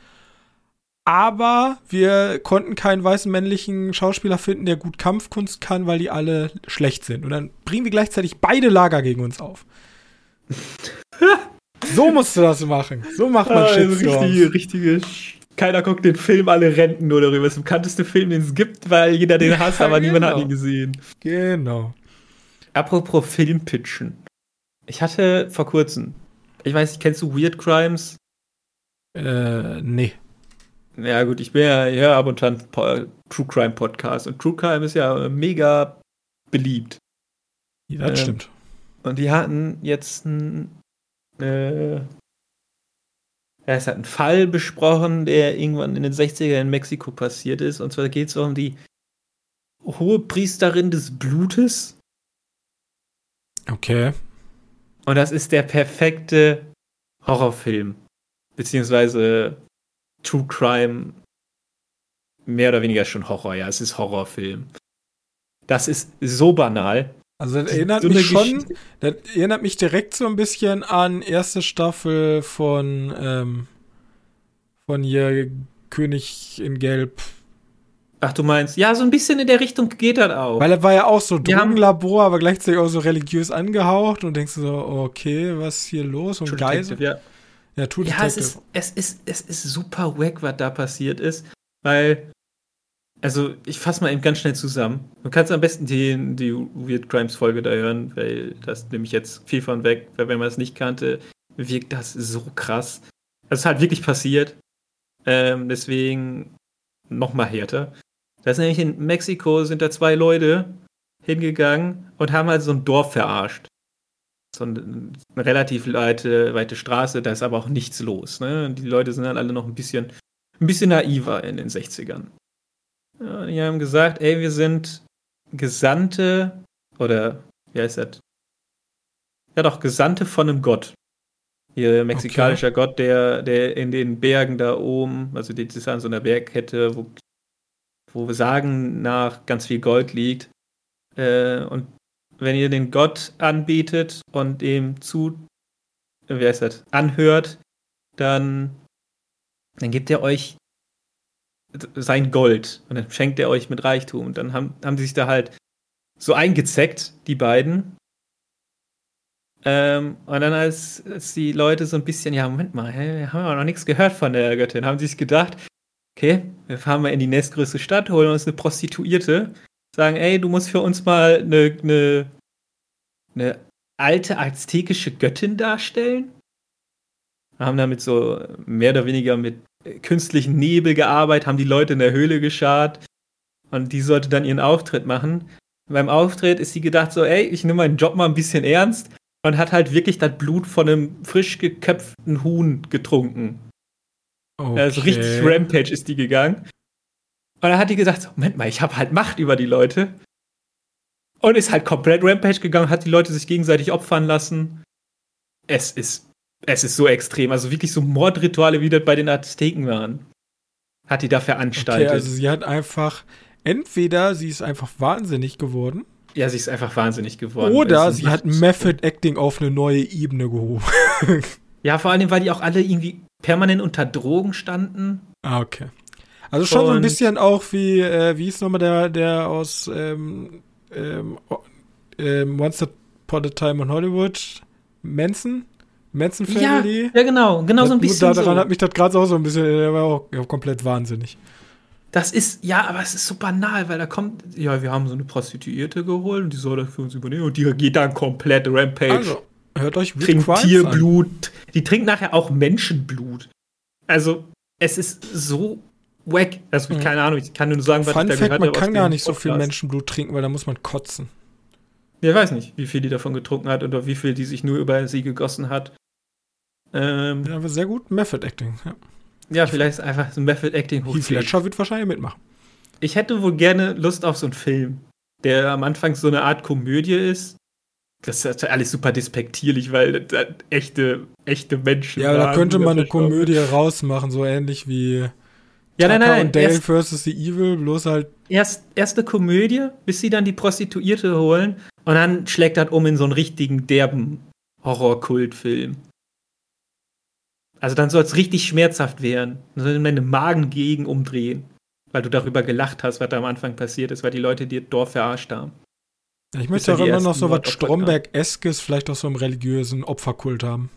Aber wir konnten keinen weißen männlichen Schauspieler finden, der gut Kampfkunst kann, weil die alle schlecht sind. Und dann bringen wir gleichzeitig beide Lager gegen uns auf. So musst du das machen. So macht man ah, Shitstorms. Richtige, richtige. Keiner guckt den Film, alle renten nur darüber. Das ist der bekannteste Film, den es gibt, weil jeder den hasst, Ja, aber niemand hat genau. ihn gesehen. Genau. Apropos Filmpitchen. Ich hatte vor kurzem, ich weiß nicht, kennst du Weird Crimes? Äh, nee. Ja gut, ich bin ja, ja ab und an Po- True Crime Podcast und True Crime ist ja mega beliebt. Ja, das Ähm, stimmt. Und die hatten jetzt einen, äh, ja, es hat einen Fall besprochen, der irgendwann in den sechzigern in Mexiko passiert ist. Und zwar geht es um die hohe Priesterin des Blutes. Okay. Und das ist der perfekte Horrorfilm. Beziehungsweise True Crime. Mehr oder weniger schon Horror, ja. Es ist Horrorfilm. Das ist so banal. Also das erinnert So eine mich schon, Geschichte- das erinnert mich direkt so ein bisschen an erste Staffel von, ähm, von hier König in Gelb. Ach, du meinst, ja, so ein bisschen in der Richtung geht das auch. Weil das war ja auch so Wir haben- Drogenlabor, aber gleichzeitig auch so religiös angehaucht und denkst du so, okay, was ist hier los? Und True Geisel. Detective, ja. Ja, True Ja, es Detective. ist, es ist, es ist super wack, was da passiert ist, weil, also, ich fasse mal eben ganz schnell zusammen. Du kannst am besten die, die Weird Crimes Folge da hören, weil das nehme ich jetzt viel von weg, weil wenn man es nicht kannte, wirkt das so krass. Das ist halt wirklich passiert. Ähm, deswegen noch mal härter. Das ist nämlich in Mexiko, sind da zwei Leute hingegangen und haben halt so ein Dorf verarscht. So eine, eine relativ weite, weite Straße, da ist aber auch nichts los. Ne? Und die Leute sind dann alle noch ein bisschen, ein bisschen naiver in den sechzigern. Ja, die haben gesagt, ey, wir sind Gesandte, oder wie heißt das? Ja doch, Gesandte von einem Gott. Hier mexikanischer Gott, der, der in den Bergen da oben, also die ist an so einer Bergkette, wo, wo wir sagen nach ganz viel Gold liegt. Äh, und wenn ihr den Gott anbetet und ihm zu, wie heißt das, anhört, dann, dann gibt er euch sein Gold und dann schenkt er euch mit Reichtum. Und dann haben, haben die sich da halt so eingezeckt, die beiden. Ähm, und dann als, als die Leute so ein bisschen, ja, Moment mal, hä, wir haben aber noch nichts gehört von der Göttin, haben sie sich gedacht, okay, wir fahren mal in die nächstgrößte Stadt, holen uns eine Prostituierte, sagen, ey, du musst für uns mal eine, eine, eine alte aztekische Göttin darstellen. Haben damit so mehr oder weniger mit künstlichen Nebel gearbeitet, haben die Leute in der Höhle geschart und die sollte dann ihren Auftritt machen. Und beim Auftritt ist sie gedacht so, ey, ich nehme meinen Job mal ein bisschen ernst und hat halt wirklich das Blut von einem frisch geköpften Huhn getrunken. Okay. Also richtig Rampage ist die gegangen. Und dann hat die gesagt, so, Moment mal, ich habe halt Macht über die Leute. Und ist halt komplett Rampage gegangen, hat die Leute sich gegenseitig opfern lassen. Es ist, es ist so extrem. Also wirklich so Mordrituale, wie das bei den Azteken waren. Hat die da veranstaltet. Okay, also sie hat einfach, entweder sie ist einfach wahnsinnig geworden. Ja, sie ist einfach wahnsinnig geworden. Oder Es sie macht- hat Method Acting auf eine neue Ebene gehoben. Ja, vor allem, weil die auch alle irgendwie permanent unter Drogen standen. Ah, okay. Also schon so ein Und- bisschen auch wie, äh, wie ist nochmal der, der aus ähm, ähm, o- ähm, Once Upon a Time in Hollywood? Manson? Manson Ja, Family? ja, genau. Genau so ein Das- bisschen da, Daran so. hat mich das gerade auch so ein bisschen, der war auch ja, komplett wahnsinnig. Das ist, ja, aber es ist so banal, weil da kommt, ja, wir haben so eine Prostituierte geholt und die soll das für uns übernehmen und die geht dann komplett Rampage. Also, hört euch Weird Trinkt Crimes an. Tierblut. Die trinkt nachher auch Menschenblut. Also, es ist so wack. Also, Mhm. keine Ahnung, ich kann nur sagen, was Fun ich da Fact, gehört man habe aus kann gar dem nicht so viel Podcast. Menschenblut trinken, weil da muss man kotzen. Ja, ich weiß nicht, wie viel die davon getrunken hat oder wie viel die sich nur über sie gegossen hat. Ähm, Ja, aber sehr gut Method Acting. Ja. ja, vielleicht ist einfach so Method Acting hoch Heath zehn. Ledger wird wahrscheinlich mitmachen. Ich hätte wohl gerne Lust auf so einen Film, der am Anfang so eine Art Komödie ist. Das ist alles super despektierlich, weil das echte, echte Menschen Ja, aber da waren, könnte die man das eine Komödie rausmachen, so ähnlich wie Ja, nein, Tucker nein, und Dale erst, versus the Evil, bloß halt. erst, erst eine Komödie, bis sie dann die Prostituierte holen und dann schlägt das um in so einen richtigen derben Horror-Kultfilm. Also dann soll es richtig schmerzhaft werden. Dann soll deine Magengegend umdrehen, weil du darüber gelacht hast, was da am Anfang passiert ist, weil die Leute dir Dorf verarscht haben. Ja, ich Bis möchte da auch die immer noch ersten so was Mordopfer Stromberg-eskes, vielleicht auch so im religiösen Opferkult haben.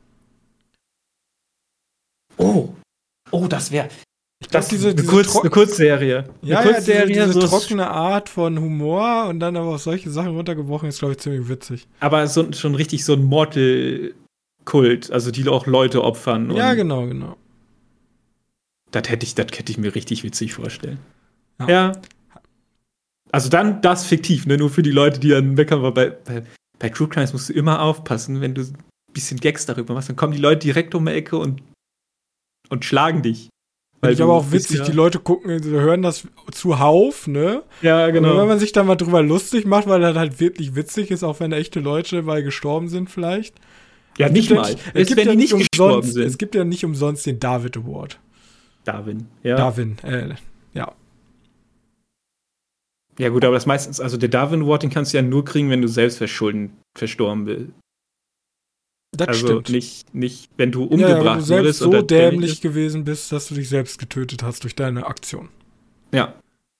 Oh, oh, das wäre Ich glaube, das diese, eine, diese, Kurz, Tro eine Kurzserie. ja, eine ja, diese, Kurzserie, diese so trockene Art von Humor und dann aber auf solche Sachen runtergebrochen ist, glaube ich, ziemlich witzig. aber so, schon richtig so ein Mortal-Kult, also die auch Leute opfern. Ja, und genau, genau. Das hätte ich, das hätte ich mir richtig witzig vorstellen. Ja. Ja. Also dann das fiktiv, ne? Nur für die Leute, die dann meckern, weil bei, bei, bei True Crimes musst du immer aufpassen, wenn du ein bisschen Gags darüber machst, dann kommen die Leute direkt um die Ecke und, und schlagen dich. Finde ich aber auch bist witzig, ja- die Leute gucken, sie hören das zuhauf, ne? Ja, Und genau. wenn man sich dann mal drüber lustig macht, weil das halt wirklich witzig ist, auch wenn echte Leute bei gestorben sind vielleicht. ja, nicht gibt mal. ja Es gibt wenn ja die nicht gestorben umsonst, sind. Es gibt ja nicht umsonst den David Award. Darwin, ja. Darwin, äh, ja. Ja, gut, aber das meistens, also der Darwin Award, den kannst du ja nur kriegen, wenn du selbst verschulden verstorben bist. Das Also stimmt. nicht, nicht, wenn du Ja, umgebracht ja, wenn du selbst wurdest so oder dämlich gewesen bist, dass du dich selbst getötet hast durch deine Aktion. Ja.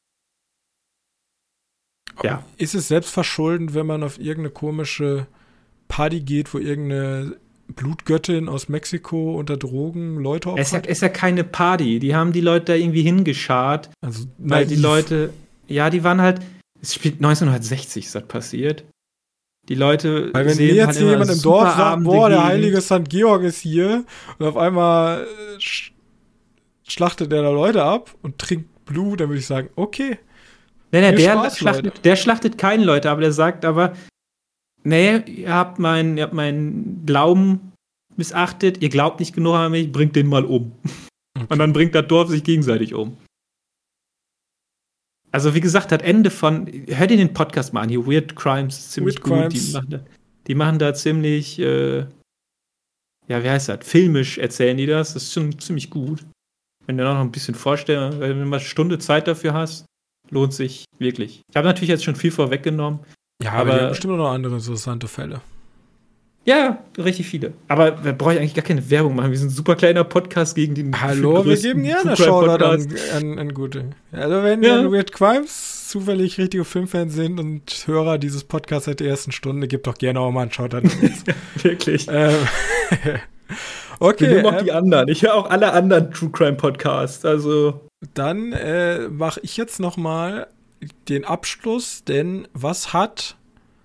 Ja. Ist es selbstverschuldend, wenn man auf irgendeine komische Party geht, wo irgendeine Blutgöttin aus Mexiko unter Drogen Leute Es ist, ja, opfert? ist ja keine Party. Die haben die Leute da irgendwie hingeschart, Also, weil die naiv. Leute, ja, die waren halt, es spielt neunzehnhundertsechzig, ist das passiert. Die Leute Weil wenn sehen mir jetzt halt hier immer jemand im super Dorf sagt, Abende boah, der Gegend. heilige Sankt Georg ist hier und auf einmal äh, sch schlachtet der da Leute ab und trinkt Blut, dann würde ich sagen, okay. Nee, nee, Viel der, Spaß, schlachtet, Leute. der schlachtet keine Leute, aber der sagt aber, nee, ihr habt meinen ihr habt meinen Glauben missachtet, ihr glaubt nicht genug an mich, bringt den mal um. Okay. Und dann bringt das Dorf sich gegenseitig um. Also wie gesagt, das Ende von, hör dir den Podcast mal an, hier Weird Crimes, ist ziemlich Weird gut. Crimes. Die machen, da, die machen da ziemlich, äh, ja, wie heißt das, filmisch erzählen die das, das ist schon ziemlich gut. Wenn du noch ein bisschen vorstellst, wenn du mal eine Stunde Zeit dafür hast, lohnt sich wirklich. Ich habe natürlich jetzt schon viel vorweggenommen. Ja, aber, Aber- die haben bestimmt noch andere interessante Fälle. Ja, richtig viele. Aber wir brauchen eigentlich gar keine Werbung machen. Wir sind ein super kleiner Podcast gegen den Hallo, wir größten geben gerne True Crime Shoutout an, Podcast. an, an gute. Also wenn Ja. wir Weird Crimes zufällig richtige Filmfans sind und Hörer dieses Podcasts seit der ersten Stunde, gebt doch gerne auch mal einen Shoutout an uns. Wirklich. ähm, Wir okay, nehmen auch ähm, die anderen. Ich höre auch alle anderen True Crime Podcasts. Also, dann äh, mache ich jetzt noch mal den Abschluss, denn was hat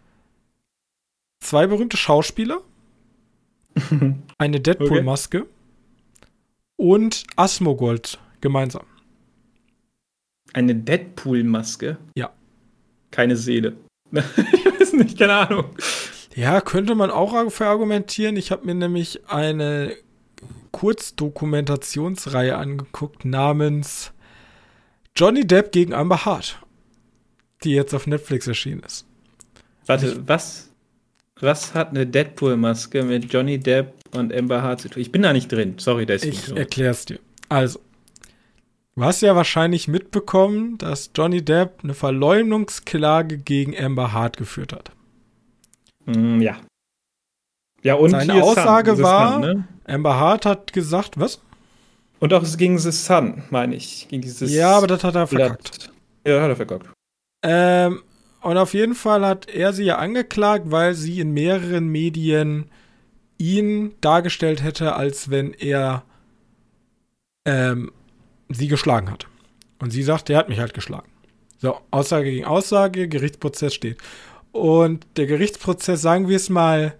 zwei berühmte Schauspieler, eine Deadpool-Maske und Asmongold gemeinsam? eine Deadpool-Maske? Ja. Keine Seele. Ich weiß nicht, keine Ahnung. Ja, könnte man auch verargumentieren. Ich habe mir nämlich eine Kurzdokumentationsreihe angeguckt namens Johnny Depp gegen Amber Heard, die jetzt auf Netflix erschienen ist. Warte, was, was hat eine Deadpool-Maske mit Johnny Depp und Amber Heard zu tun? Ich bin da nicht drin. Sorry, da ist Ich erklär's dir. Also, du hast ja wahrscheinlich mitbekommen, dass Johnny Depp eine Verleumdungsklage gegen Amber Heard geführt hat. Mm, ja. Ja, und Seine hier Aussage Sun, The war- Sun, ne? Amber Heard hat gesagt, was? Und auch gegen The Sun, meine ich. Gegen dieses Ja, aber das hat er verkackt. Blatt. Ja, hat er verkackt. Ähm, und auf jeden Fall hat er sie ja angeklagt, weil sie in mehreren Medien ihn dargestellt hätte, als wenn er ähm, sie geschlagen hat. Und sie sagt, er hat mich halt geschlagen. So, Aussage gegen Aussage, Gerichtsprozess steht. Und der Gerichtsprozess, sagen wir es mal,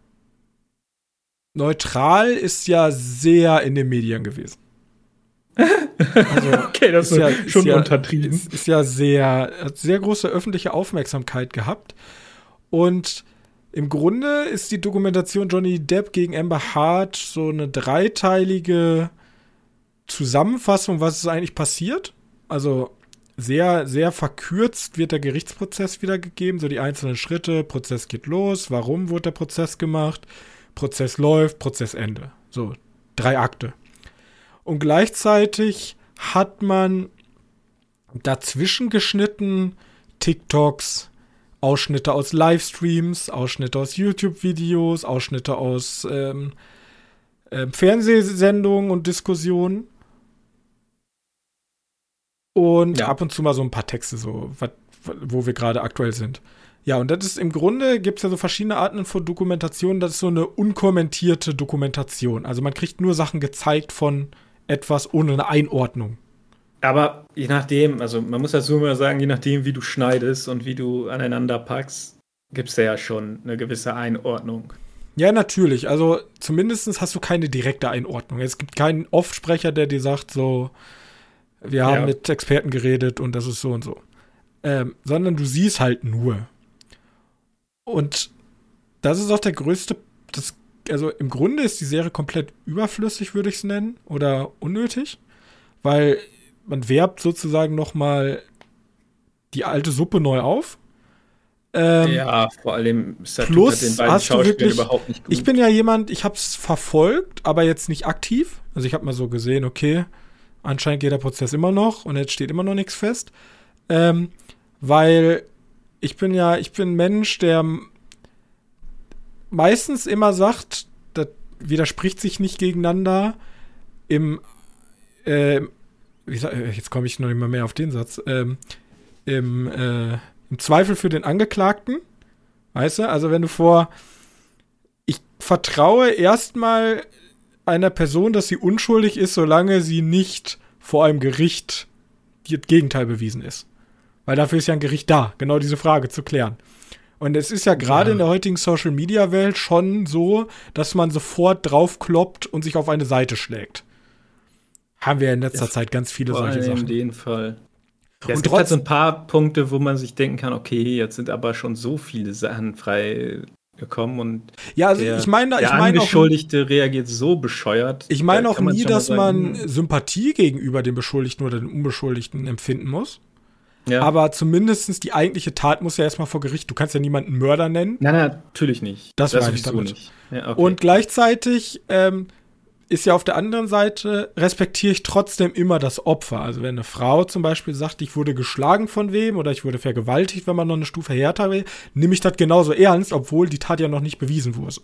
neutral, ist ja sehr in den Medien gewesen. Also, Okay, das ist, ist ja- schon ist ja- untertrieben. Ist, ist ja sehr, hat sehr große öffentliche Aufmerksamkeit gehabt. Und im Grunde ist die Dokumentation Johnny Depp gegen Amber Heard so eine dreiteilige Zusammenfassung, was ist eigentlich passiert. Also sehr, sehr verkürzt wird der Gerichtsprozess wiedergegeben, so die einzelnen Schritte, Prozess geht los, warum wurde der Prozess gemacht, Prozess läuft, Prozessende. So, drei Akte. Und gleichzeitig hat man dazwischen geschnitten TikToks, Ausschnitte aus Livestreams, Ausschnitte aus YouTube-Videos, Ausschnitte aus ähm, ähm, Fernsehsendungen und Diskussionen. Und Ja. ab und zu mal so ein paar Texte, so wat, wo wir gerade aktuell sind. Ja, und das ist im Grunde, gibt es ja so verschiedene Arten von Dokumentation, das ist so eine unkommentierte Dokumentation. Also man kriegt nur Sachen gezeigt von etwas ohne eine Einordnung. Aber je nachdem, also man muss dazu immer sagen, je nachdem, wie du schneidest und wie du aneinander packst, gibt es ja schon eine gewisse Einordnung. Ja, natürlich. Also zumindest hast du keine direkte Einordnung. Es gibt keinen Offsprecher, der dir sagt, so, wir haben ja. mit Experten geredet und das ist so und so. Ähm, sondern du siehst halt nur. Und das ist auch der größte, das, also im Grunde ist die Serie komplett überflüssig, würde ich es nennen, oder unnötig, weil man werbt sozusagen noch mal die alte Suppe neu auf. Ähm, ja, vor allem ist das plus den beiden hast du wirklich, überhaupt nicht gut. Ich bin ja jemand, ich habe es verfolgt, aber jetzt nicht aktiv. Also ich habe mal so gesehen, okay, anscheinend geht der Prozess immer noch und jetzt steht immer noch nichts fest. Ähm, weil ich bin ja, ich bin ein Mensch, der meistens immer sagt, das widerspricht sich nicht gegeneinander. Im, äh, wie sag, jetzt komme ich noch nicht mal mehr auf den Satz, ähm, im, äh, im Zweifel für den Angeklagten, weißt du? Also wenn du vor, ich vertraue erstmal einer Person, dass sie unschuldig ist, solange sie nicht vor einem Gericht das Gegenteil bewiesen ist. Weil dafür ist ja ein Gericht da, genau diese Frage zu klären. Und es ist ja gerade ja. in der heutigen Social-Media-Welt schon so, dass man sofort draufkloppt und sich auf eine Seite schlägt. Haben wir in letzter ja, Zeit ganz viele solche Sachen. In dem Fall. Ja, es und gibt trotz- halt so ein paar Punkte, wo man sich denken kann, okay, jetzt sind aber schon so viele Sachen frei gekommen und ja, also der, ich meine, der ich meine Angeschuldigte auch, reagiert so bescheuert. Ich meine auch nie, dass sagen, man Sympathie gegenüber dem Beschuldigten oder dem Unbeschuldigten empfinden muss. Ja. Aber zumindest die eigentliche Tat muss ja erstmal vor Gericht. Du kannst ja niemanden Mörder nennen. Nein, nein, natürlich nicht. Das, das meine ich damit. Nicht. Ja, okay. Und gleichzeitig ähm, ist ja auf der anderen Seite, respektiere ich trotzdem immer das Opfer. Also wenn eine Frau zum Beispiel sagt, ich wurde geschlagen von wem oder ich wurde vergewaltigt, wenn man noch eine Stufe härter will, nehme ich das genauso ernst, obwohl die Tat ja noch nicht bewiesen wurde.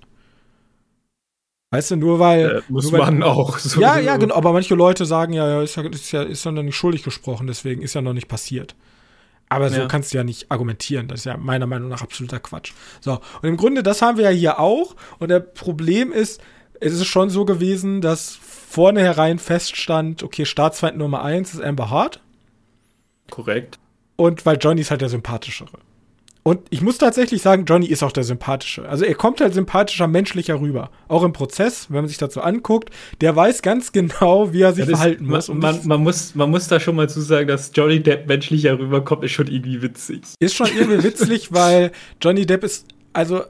Weißt du, nur weil... Äh, muss nur weil, man auch. So ja, ja, genau. Aber manche Leute sagen, ja, ja, ist ja, ist ja, ist ja noch nicht schuldig gesprochen, deswegen ist ja noch nicht passiert. Aber so ja. kannst du ja nicht argumentieren. Das ist ja meiner Meinung nach absoluter Quatsch. So, und im Grunde, das haben wir ja hier auch. Und das Problem ist, es ist schon so gewesen, dass vornherein feststand, okay, Staatsfeind Nummer eins ist Amber Heard. Korrekt. Und weil Johnny ist halt der Sympathischere. Und ich muss tatsächlich sagen, Johnny ist auch der Sympathische. Also er kommt halt sympathischer, menschlicher rüber. Auch im Prozess, wenn man sich das so anguckt, der weiß ganz genau, wie er sich das verhalten ist, muss. Man, man, man muss. Man muss da schon mal zu sagen, dass Johnny Depp menschlicher rüberkommt, ist schon irgendwie witzig. Ist schon irgendwie witzig, weil Johnny Depp ist, also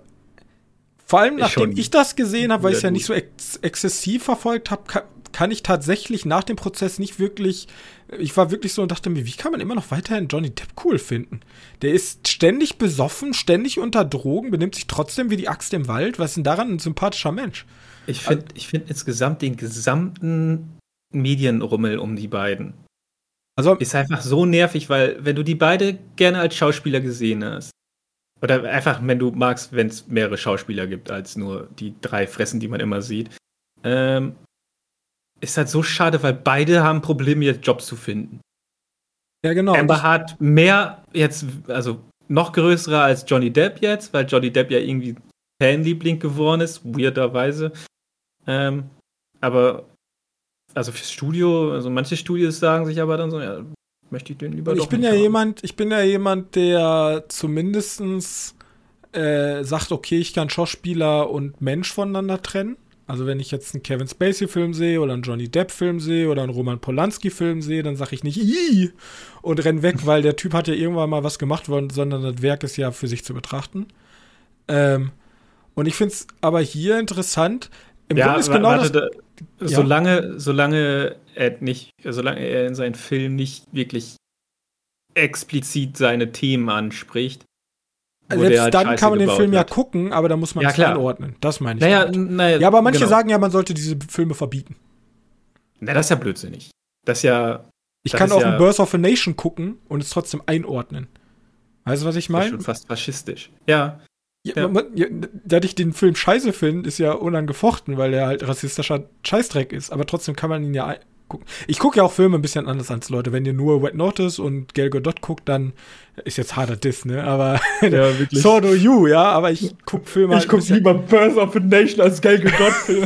vor allem nachdem ich das gesehen habe, weil ich es ja nicht so ex- exzessiv verfolgt habe, kann, kann ich tatsächlich nach dem Prozess nicht wirklich, ich war wirklich so und dachte mir, wie kann man immer noch weiterhin Johnny Depp cool finden? Der ist ständig besoffen, ständig unter Drogen, benimmt sich trotzdem wie die Axt im Wald. Was ist denn daran ein sympathischer Mensch? Ich finde ich find insgesamt den gesamten Medienrummel um die beiden also, ist einfach so nervig, weil wenn du die beide gerne als Schauspieler gesehen hast, oder einfach, wenn du magst, wenn es mehrere Schauspieler gibt, als nur die drei Fressen, die man immer sieht, ähm, ist halt so schade, weil beide haben Probleme, jetzt Jobs zu finden. Ja, genau. Amber hat mehr jetzt, also noch größere als Johnny Depp jetzt, weil Johnny Depp ja irgendwie Fanliebling geworden ist, weirderweise. Ähm, aber, also fürs Studio, also manche Studios sagen sich aber dann so, ja, möchte ich den lieber doch ich bin nicht ja haben. jemand, ich bin ja jemand, der zumindestens äh, sagt, okay, ich kann Schauspieler und Mensch voneinander trennen. Also wenn ich jetzt einen Kevin Spacey-Film sehe oder einen Johnny Depp-Film sehe oder einen Roman Polanski-Film sehe, dann sage ich nicht Ih! Und renn weg, weil der Typ hat ja irgendwann mal was gemacht worden, sondern das Werk ist ja für sich zu betrachten. Ähm, und ich finde es aber hier interessant. Im ja, Grunde ist genau warte, das. Da, solange, ja. solange er nicht, solange er in seinen Filmen nicht wirklich explizit seine Themen anspricht. Selbst halt dann kann man den Film hat. ja gucken, aber da muss man es ja, einordnen. Das meine ich. Naja, naja, ja, aber manche genau. sagen ja, man sollte diese Filme verbieten. Na, das ist ja blödsinnig. Das ist ja. Ich kann auch ja, ein Birth of a Nation gucken und es trotzdem einordnen. Weißt du, was ich meine? Das ist schon fast faschistisch. Ja. ja, ja. Man, ja dass ich den Film scheiße finde, ist ja unangefochten, weil er halt rassistischer Scheißdreck ist. Aber trotzdem kann man ihn ja gucken. Ich gucke ja auch Filme ein bisschen anders als Leute. Wenn ihr nur Red Notice und Gal Gadot guckt, dann ist jetzt harter Diss, ne? Aber ja, wirklich. So do you, ja? Aber ich gucke Filme Ich gucke lieber Birth of a Nation als Gal Gadot-Filme.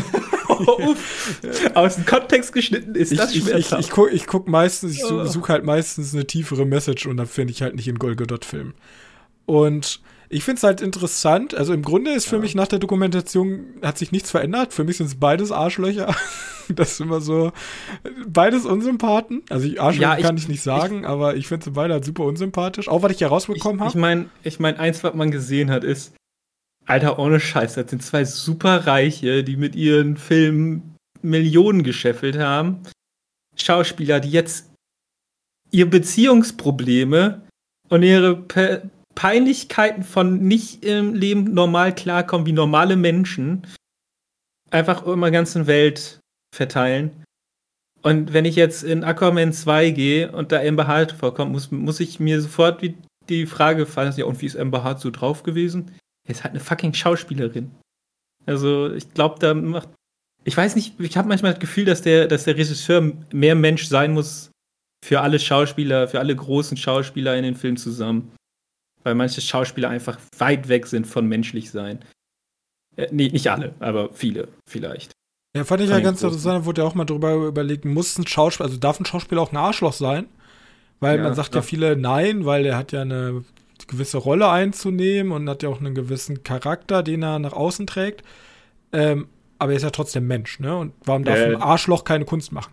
Aus dem Kontext geschnitten ist ich, das ich, schmerzhaft. Ich, ich, guck, ich guck meistens, ich Oh. suche halt meistens eine tiefere Message und dann finde ich halt nicht in Gal Gadot-Filmen. Und ich finde es halt interessant, also im Grunde ist für Ja. mich nach der Dokumentation hat sich nichts verändert. Für mich sind es beides Arschlöcher. Das ist immer so, beides Unsympathen. Also ich, Arschlöcher Ja, ich- kann ich nicht sagen, ich, aber ich finde sie beide halt super unsympathisch. Auch was ich herausbekommen Ich, ich habe. meine, ich mein, eins, was man gesehen hat, ist, Alter, ohne Scheiß, das sind zwei super Reiche, die mit ihren Filmen Millionen gescheffelt haben. Schauspieler, die jetzt ihre Beziehungsprobleme und ihre Pe Peinlichkeiten von nicht im Leben normal klarkommen wie normale Menschen einfach über der ganzen Welt verteilen. Und wenn ich jetzt in Aquaman zwei gehe und da Amber Heard vorkommt, muss, muss ich mir sofort wie die Frage fallen, ja, und wie ist Amber Heard so drauf gewesen? Er ist halt eine fucking Schauspielerin. Also, ich glaube, da macht. Ich weiß nicht, ich habe manchmal das Gefühl, dass der, dass der Regisseur mehr Mensch sein muss für alle Schauspieler, für alle großen Schauspieler in den Filmen zusammen. Weil manche Schauspieler einfach weit weg sind von menschlich sein. Äh, nee, nicht alle, aber viele vielleicht. Ja, fand ich Von ja den ganz Großen. interessant, da wurde ja auch mal drüber überlegt, muss ein Schauspieler, also darf ein Schauspieler auch ein Arschloch sein? Weil Ja, man sagt ja klar. viele nein, weil der hat ja eine gewisse Rolle einzunehmen und hat ja auch einen gewissen Charakter, den er nach außen trägt. Ähm, aber er ist ja trotzdem Mensch, ne? Und warum darf Äh. ein Arschloch keine Kunst machen?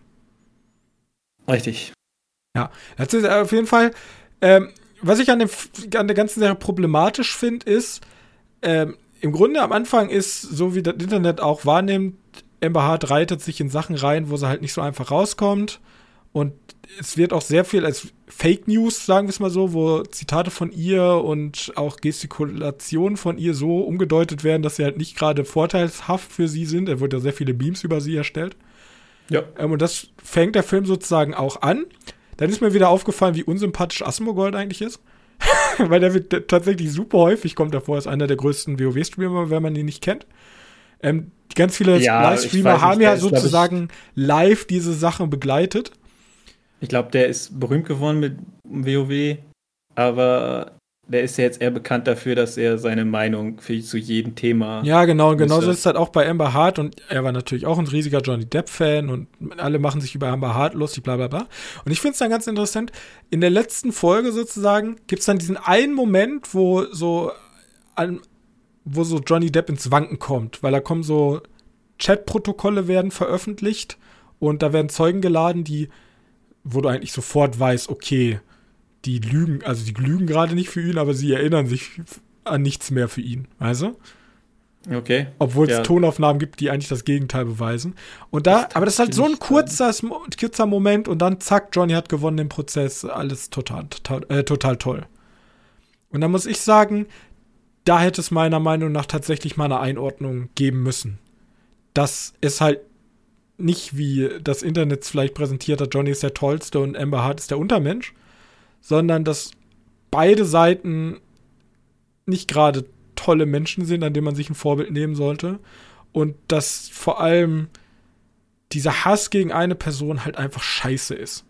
Richtig. Das ist auf jeden Fall, ähm, was ich an, dem, an der ganzen Sache problematisch finde, ist, ähm, im Grunde am Anfang ist, so wie das Internet auch wahrnimmt, Amber Heard reitet sich in Sachen rein, wo sie halt nicht so einfach rauskommt. Und es wird auch sehr viel als Fake News, sagen wir es mal so, wo Zitate von ihr und auch Gestikulationen von ihr so umgedeutet werden, dass sie halt nicht gerade vorteilshaft für sie sind. Er wurde ja sehr viele Memes über sie erstellt. Ja. Ähm, und das fängt der Film sozusagen auch an. Dann ist mir wieder aufgefallen, wie unsympathisch Asmongold eigentlich ist. Weil der wird der tatsächlich super häufig, kommt davor, ist einer der größten WoW-Streamer, wenn man ihn nicht kennt. Ähm, ganz viele Ja, Livestreamer ich weiß haben nicht, ja der ist, glaub ich- sozusagen live diese Sachen begleitet. Ich glaube, der ist berühmt geworden mit WoW, aber der ist ja jetzt eher bekannt dafür, dass er seine Meinung für zu jedem Thema. Ja, genau, und genauso Müsste- ist es halt auch bei Amber Heard und er war natürlich auch ein riesiger Johnny Depp-Fan und alle machen sich über Amber Heard lustig, bla bla bla. Und ich finde es dann ganz interessant, in der letzten Folge sozusagen gibt es dann diesen einen Moment, wo so an, wo so Johnny Depp ins Wanken kommt, weil da kommen so Chatprotokolle werden veröffentlicht und da werden Zeugen geladen, die, wo du eigentlich sofort weißt, okay, die lügen, also die lügen gerade nicht für ihn, aber sie erinnern sich an nichts mehr für ihn, weißt du? Okay. Obwohl es Ja. Tonaufnahmen gibt, die eigentlich das Gegenteil beweisen. Und da, Das aber das ist halt so ein nicht kurzer, kurzer Moment und dann zack, Johnny hat gewonnen den Prozess, alles total, total, äh, total toll. Und da muss ich sagen, da hätte es meiner Meinung nach tatsächlich mal eine Einordnung geben müssen. Das ist halt nicht wie das Internet vielleicht präsentiert hat, Johnny ist der Tollste und Amber Heard ist der Untermensch, sondern dass beide Seiten nicht gerade tolle Menschen sind, an denen man sich ein Vorbild nehmen sollte. Und dass vor allem dieser Hass gegen eine Person halt einfach scheiße ist.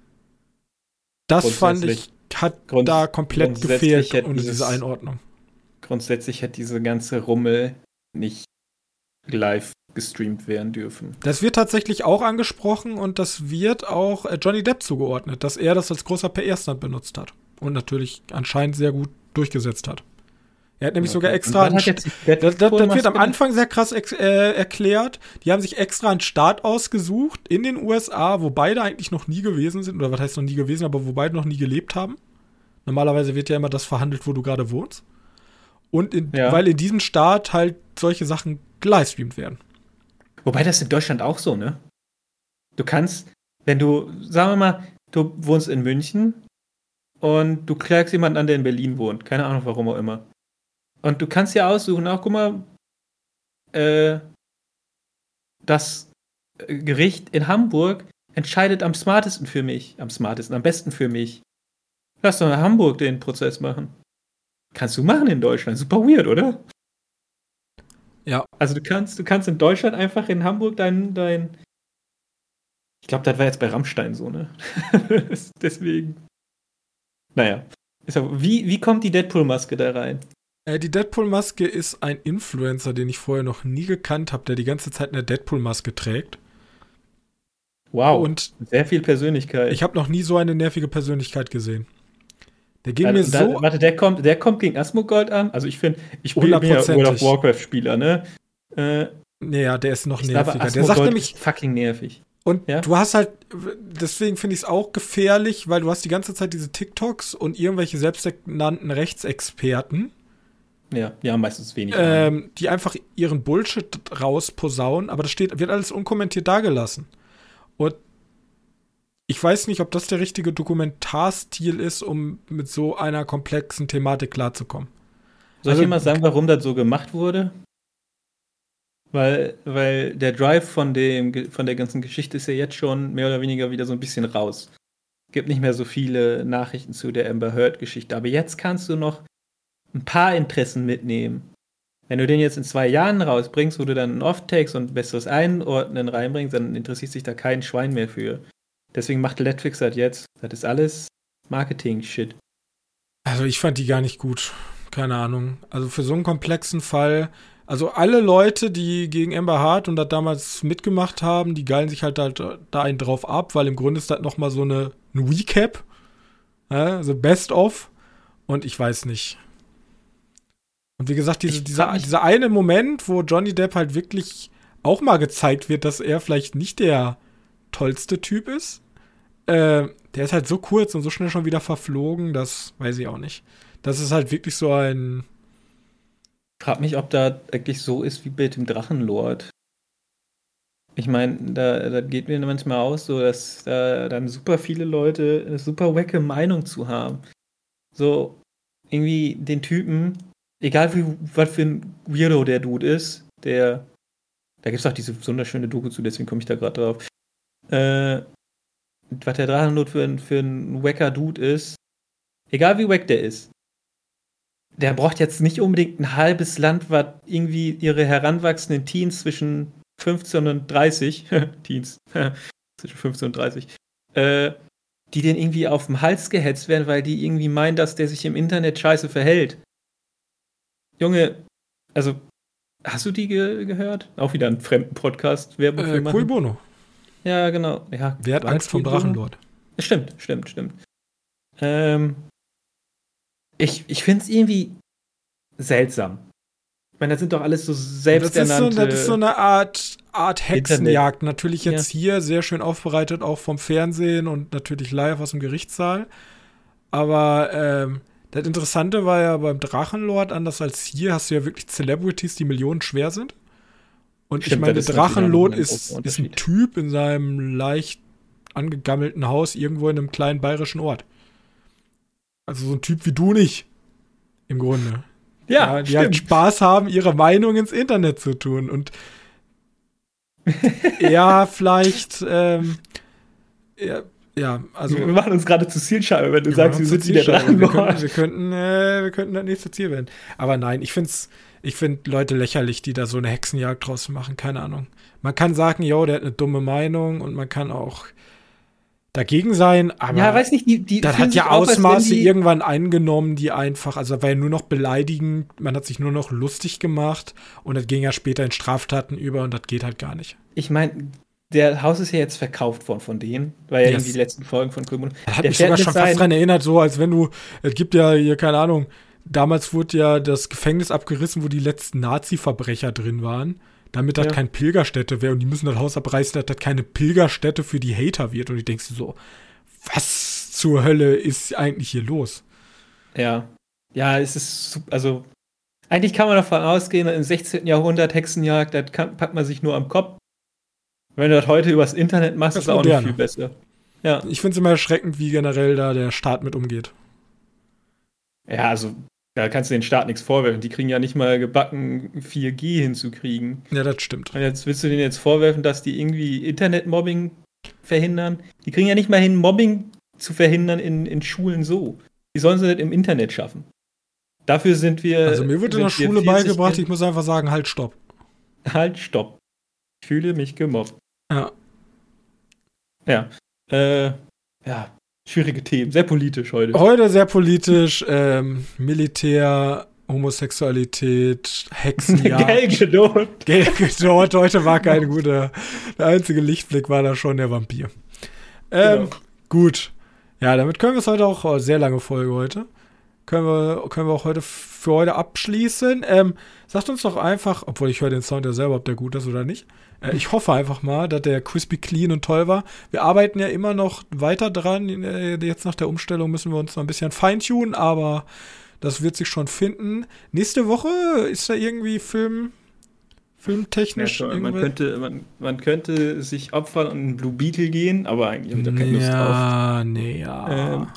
Das fand ich, hat Grunds- da komplett grundsätzlich gefehlt hätte ohne dieses- diese Einordnung. Grundsätzlich hätte diese ganze Rummel nicht live gestreamt werden dürfen. Das wird tatsächlich auch angesprochen und das wird auch äh, Johnny Depp zugeordnet, dass er das als großer P R-Stunt benutzt hat. Und natürlich anscheinend sehr gut durchgesetzt hat. Er hat nämlich sogar extra. Und wann hat jetzt die Das, das, das Deadpool wird am Maske- Anfang sehr krass ex äh, erklärt. Die haben sich extra einen Staat ausgesucht in den U S A, wo beide eigentlich noch nie gewesen sind. Oder was heißt noch nie gewesen, aber wo beide noch nie gelebt haben. Normalerweise wird ja immer das verhandelt, wo du gerade wohnst. Und in, Ja. weil in diesem Staat halt solche Sachen gelivestreamt werden. Wobei das in Deutschland auch so, ne? Du kannst, wenn du, sagen wir mal, du wohnst in München und du klagst jemanden an, der in Berlin wohnt. Keine Ahnung, warum auch immer. Und du kannst ja aussuchen, auch guck mal, äh, das Gericht in Hamburg entscheidet am smartesten für mich. Am smartesten, am besten für mich. Lass doch in Hamburg den Prozess machen. Kannst du machen in Deutschland. Super weird, oder? Ja. Also du kannst, du kannst in Deutschland einfach in Hamburg dein, dein Ich glaube, das war jetzt bei Rammstein so, ne? Deswegen. Naja. Wie, wie kommt die Deadpool-Maske da rein? Äh, die Deadpool-Maske ist ein Influencer, den ich vorher noch nie gekannt habe, der die ganze Zeit eine Deadpool-Maske trägt. Wow, und sehr viel Persönlichkeit. Ich habe noch nie so eine nervige Persönlichkeit gesehen. Der ging also, mir da, so... Warte, der kommt, der kommt gegen Asmongold an? Also ich finde, ich bin ja World of Warcraft-Spieler, ne? Äh, naja, der ist noch ich nerviger. Glaube, der sagt nämlich... ist fucking nervig. Und ja? du hast halt, deswegen finde ich es auch gefährlich, weil du hast die ganze Zeit diese TikToks und irgendwelche selbsternannten Rechtsexperten. Ja, ja, meistens wenig. Ähm, die einfach ihren Bullshit rausposaunen, aber das steht, wird alles unkommentiert dagelassen. Und ich weiß nicht, ob das der richtige Dokumentarstil ist, um mit so einer komplexen Thematik klarzukommen. Soll also, ich dir mal sagen, warum das so gemacht wurde? Weil, weil der Drive von, dem, von der ganzen Geschichte ist ja jetzt schon mehr oder weniger wieder so ein bisschen raus. Es gibt nicht mehr so viele Nachrichten zu der Amber Heard-Geschichte. Aber jetzt kannst du noch ein paar Interessen mitnehmen. Wenn du den jetzt in zwei Jahren rausbringst, wo du dann einen Off-Takes und besseres Einordnen reinbringst, dann interessiert sich da kein Schwein mehr für. Deswegen macht Netflix das jetzt. Das ist alles Marketing-Shit. Also ich fand die gar nicht gut. Keine Ahnung. Also für so einen komplexen Fall... Also alle Leute, die gegen Amber Heard und das damals mitgemacht haben, die geilen sich halt, halt da einen drauf ab, weil im Grunde ist das nochmal so eine ein Recap, ja, so Best of, und ich weiß nicht. Und wie gesagt, diese, dieser, dieser eine Moment, wo Johnny Depp halt wirklich auch mal gezeigt wird, dass er vielleicht nicht der tollste Typ ist, äh, der ist halt so kurz und so schnell schon wieder verflogen, das weiß ich auch nicht. Das ist halt wirklich so ein... Ich frage mich, ob da eigentlich so ist wie bei dem Drachenlord. Ich meine, da, da geht mir manchmal aus, so dass da dann super viele Leute eine super wacke Meinung zu haben. So, irgendwie den Typen, egal wie, was für ein Weirdo der Dude ist, der, da gibt es auch diese wunderschöne Doku zu, deswegen komme ich da gerade drauf. Äh, was der Drachenlord für ein, für ein wacker Dude ist, egal wie wack der ist, der braucht jetzt nicht unbedingt ein halbes Land, was irgendwie ihre heranwachsenden Teens zwischen fünfzehn und dreißig, Teens, zwischen fünfzehn und dreißig, äh, die den irgendwie auf den Hals gehetzt werden, weil die irgendwie meinen, dass der sich im Internet scheiße verhält. Junge, also, hast du die ge- gehört? Auch wieder einen fremden Podcast. Werbung äh, Cui Bono. Ja, genau. Ja, Wer hat Angst vom Drachenlord? Stimmt, stimmt, stimmt. Ähm, Ich, ich finde es irgendwie seltsam. Ich meine, das sind doch alles so selbsternannte... Das ist so, das ist so eine Art, Art Hexenjagd. Internet. Natürlich jetzt ja. Hier sehr schön aufbereitet, auch vom Fernsehen und natürlich live aus dem Gerichtssaal. Aber ähm, das Interessante war ja beim Drachenlord, anders als hier, hast du ja wirklich Celebrities, die Millionen schwer sind. Und Stimmt, ich meine, Drachenlord ist, ist ein Typ in seinem leicht angegammelten Haus irgendwo in einem kleinen bayerischen Ort. Also so ein Typ wie du nicht, im Grunde. Ja, ja Die stimmt. halt Spaß haben, ihre Meinung ins Internet zu tun. Und ja, vielleicht, ähm, ja, ja, also... Wir machen uns gerade zu Zielscheibe, wenn du sagst, wir sind wie der Drachenlord. Wir könnten, wir könnten, äh, wir könnten das nächste Ziel werden. Aber nein, ich find's, ich find Leute lächerlich, die da so eine Hexenjagd draus machen, keine Ahnung. Man kann sagen, yo, der hat eine dumme Meinung, und man kann auch dagegen sein, aber ja, weiß nicht, die, die das hat ja auf, Ausmaße irgendwann eingenommen, die einfach, also war ja nur noch beleidigend, man hat sich nur noch lustig gemacht, und das ging ja später in Straftaten über, und das geht halt gar nicht. Ich meine, der Haus ist ja jetzt verkauft worden von denen, weil ja yes. irgendwie die letzten Folgen von Kulmund. Das hat mich sogar schon fast dran erinnert, so als wenn du, es gibt ja hier, keine Ahnung, damals wurde ja das Gefängnis abgerissen, wo die letzten Nazi-Verbrecher drin waren, damit das ja. kein Pilgerstätte wäre, und die müssen das Haus abreißen, dass das keine Pilgerstätte für die Hater wird, und ich denke so, was zur Hölle ist eigentlich hier los? Ja, ja, es ist, also, eigentlich kann man davon ausgehen, im sechzehnten Jahrhundert Hexenjagd, das kann, packt man sich nur am Kopf. Wenn du das heute übers Internet machst, das ist es auch nicht viel besser. Ja. Ich finde es immer erschreckend, wie generell da der Staat mit umgeht. Ja, also, da kannst du den Staat nichts vorwerfen. Die kriegen ja nicht mal gebacken, vier G hinzukriegen. Ja, das stimmt. Und jetzt willst du denen jetzt vorwerfen, dass die irgendwie Internetmobbing verhindern? Die kriegen ja nicht mal hin, Mobbing zu verhindern in, in Schulen so. Wie sollen sie das im Internet schaffen? Dafür sind wir... Also mir wird in der Schule beigebracht, ich muss einfach sagen, halt, stopp. Halt, stopp. Ich fühle mich gemobbt. Ja. Ja. Äh, ja, schwierige Themen. Sehr politisch heute. Heute sehr politisch. ähm, Militär, Homosexualität, Hexenjagd. Gal Gadot. Gal Gadot. Heute war kein guter. Der einzige Lichtblick war da schon der Vampir. Ähm, Genau. Gut. Ja, damit können wir es heute auch, oh, sehr lange Folge heute. Können wir, können wir auch heute für heute abschließen. Ähm, sagt uns doch einfach, obwohl ich höre den Sound ja selber, ob der gut ist oder nicht. Äh, ich hoffe einfach mal, dass der crispy clean und toll war. Wir arbeiten ja immer noch weiter dran. Äh, jetzt nach der Umstellung müssen wir uns noch ein bisschen feintunen, aber das wird sich schon finden. Nächste Woche ist da irgendwie Film, filmtechnisch. Ja, man, irgendwas? könnte, man, man könnte sich opfern und einen Blue Beetle gehen, aber eigentlich habe ich da keine Lust drauf. Ja, nee, ja. Ähm,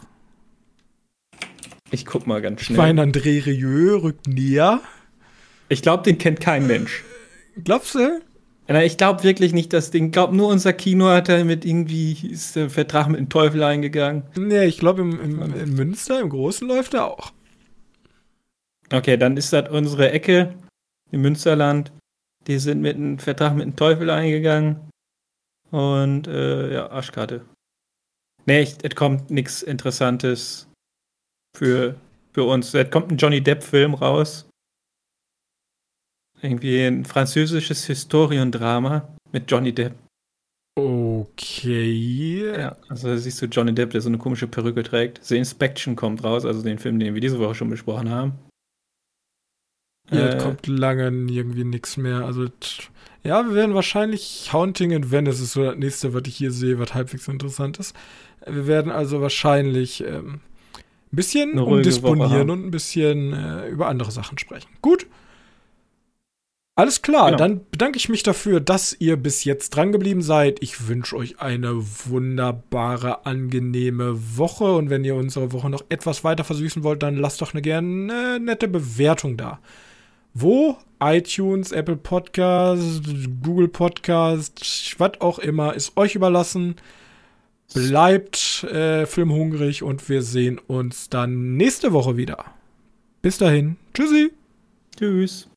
ich guck mal ganz Ich schnell. meine, André Rieu rückt näher. Ich glaube, den kennt kein Mensch. Glaubst du? Na, ich glaube wirklich nicht, dass den. Ich glaube, nur unser Kino hat da mit irgendwie ist der Vertrag mit dem Teufel eingegangen. Nee, ich glaube, im, im, in Münster, im Großen läuft er auch. Okay, dann ist das unsere Ecke im Münsterland. Die sind mit einem Vertrag mit dem Teufel eingegangen. Und, äh, ja, Arschkarte. Nee, ich- es kommt nichts Interessantes für, für uns. Es kommt ein Johnny Depp-Film raus. Irgendwie ein französisches Historiendrama mit Johnny Depp. Okay. Ja, also da siehst du Johnny Depp, der so eine komische Perücke trägt. The Inspection kommt raus, also den Film, den wir diese Woche schon besprochen haben. Ja, Äh, es kommt lange irgendwie nichts mehr. Also, t- ja, wir werden wahrscheinlich Haunting in Venice ist so das nächste, was ich hier sehe, was halbwegs interessant ist. Wir werden also wahrscheinlich ähm, ein bisschen Eine ruhige Woche umdisponieren haben. und ein bisschen äh, über andere Sachen sprechen. Gut. Alles klar, Genau. dann bedanke ich mich dafür, dass ihr bis jetzt dran geblieben seid. Ich wünsche euch eine wunderbare, angenehme Woche. Und wenn ihr unsere Woche noch etwas weiter versüßen wollt, dann lasst doch eine gerne äh, nette Bewertung da. Wo? iTunes, Apple Podcast, Google Podcast, was auch immer, ist euch überlassen. Bleibt äh, filmhungrig und wir sehen uns dann nächste Woche wieder. Bis dahin. Tschüssi. Tschüss.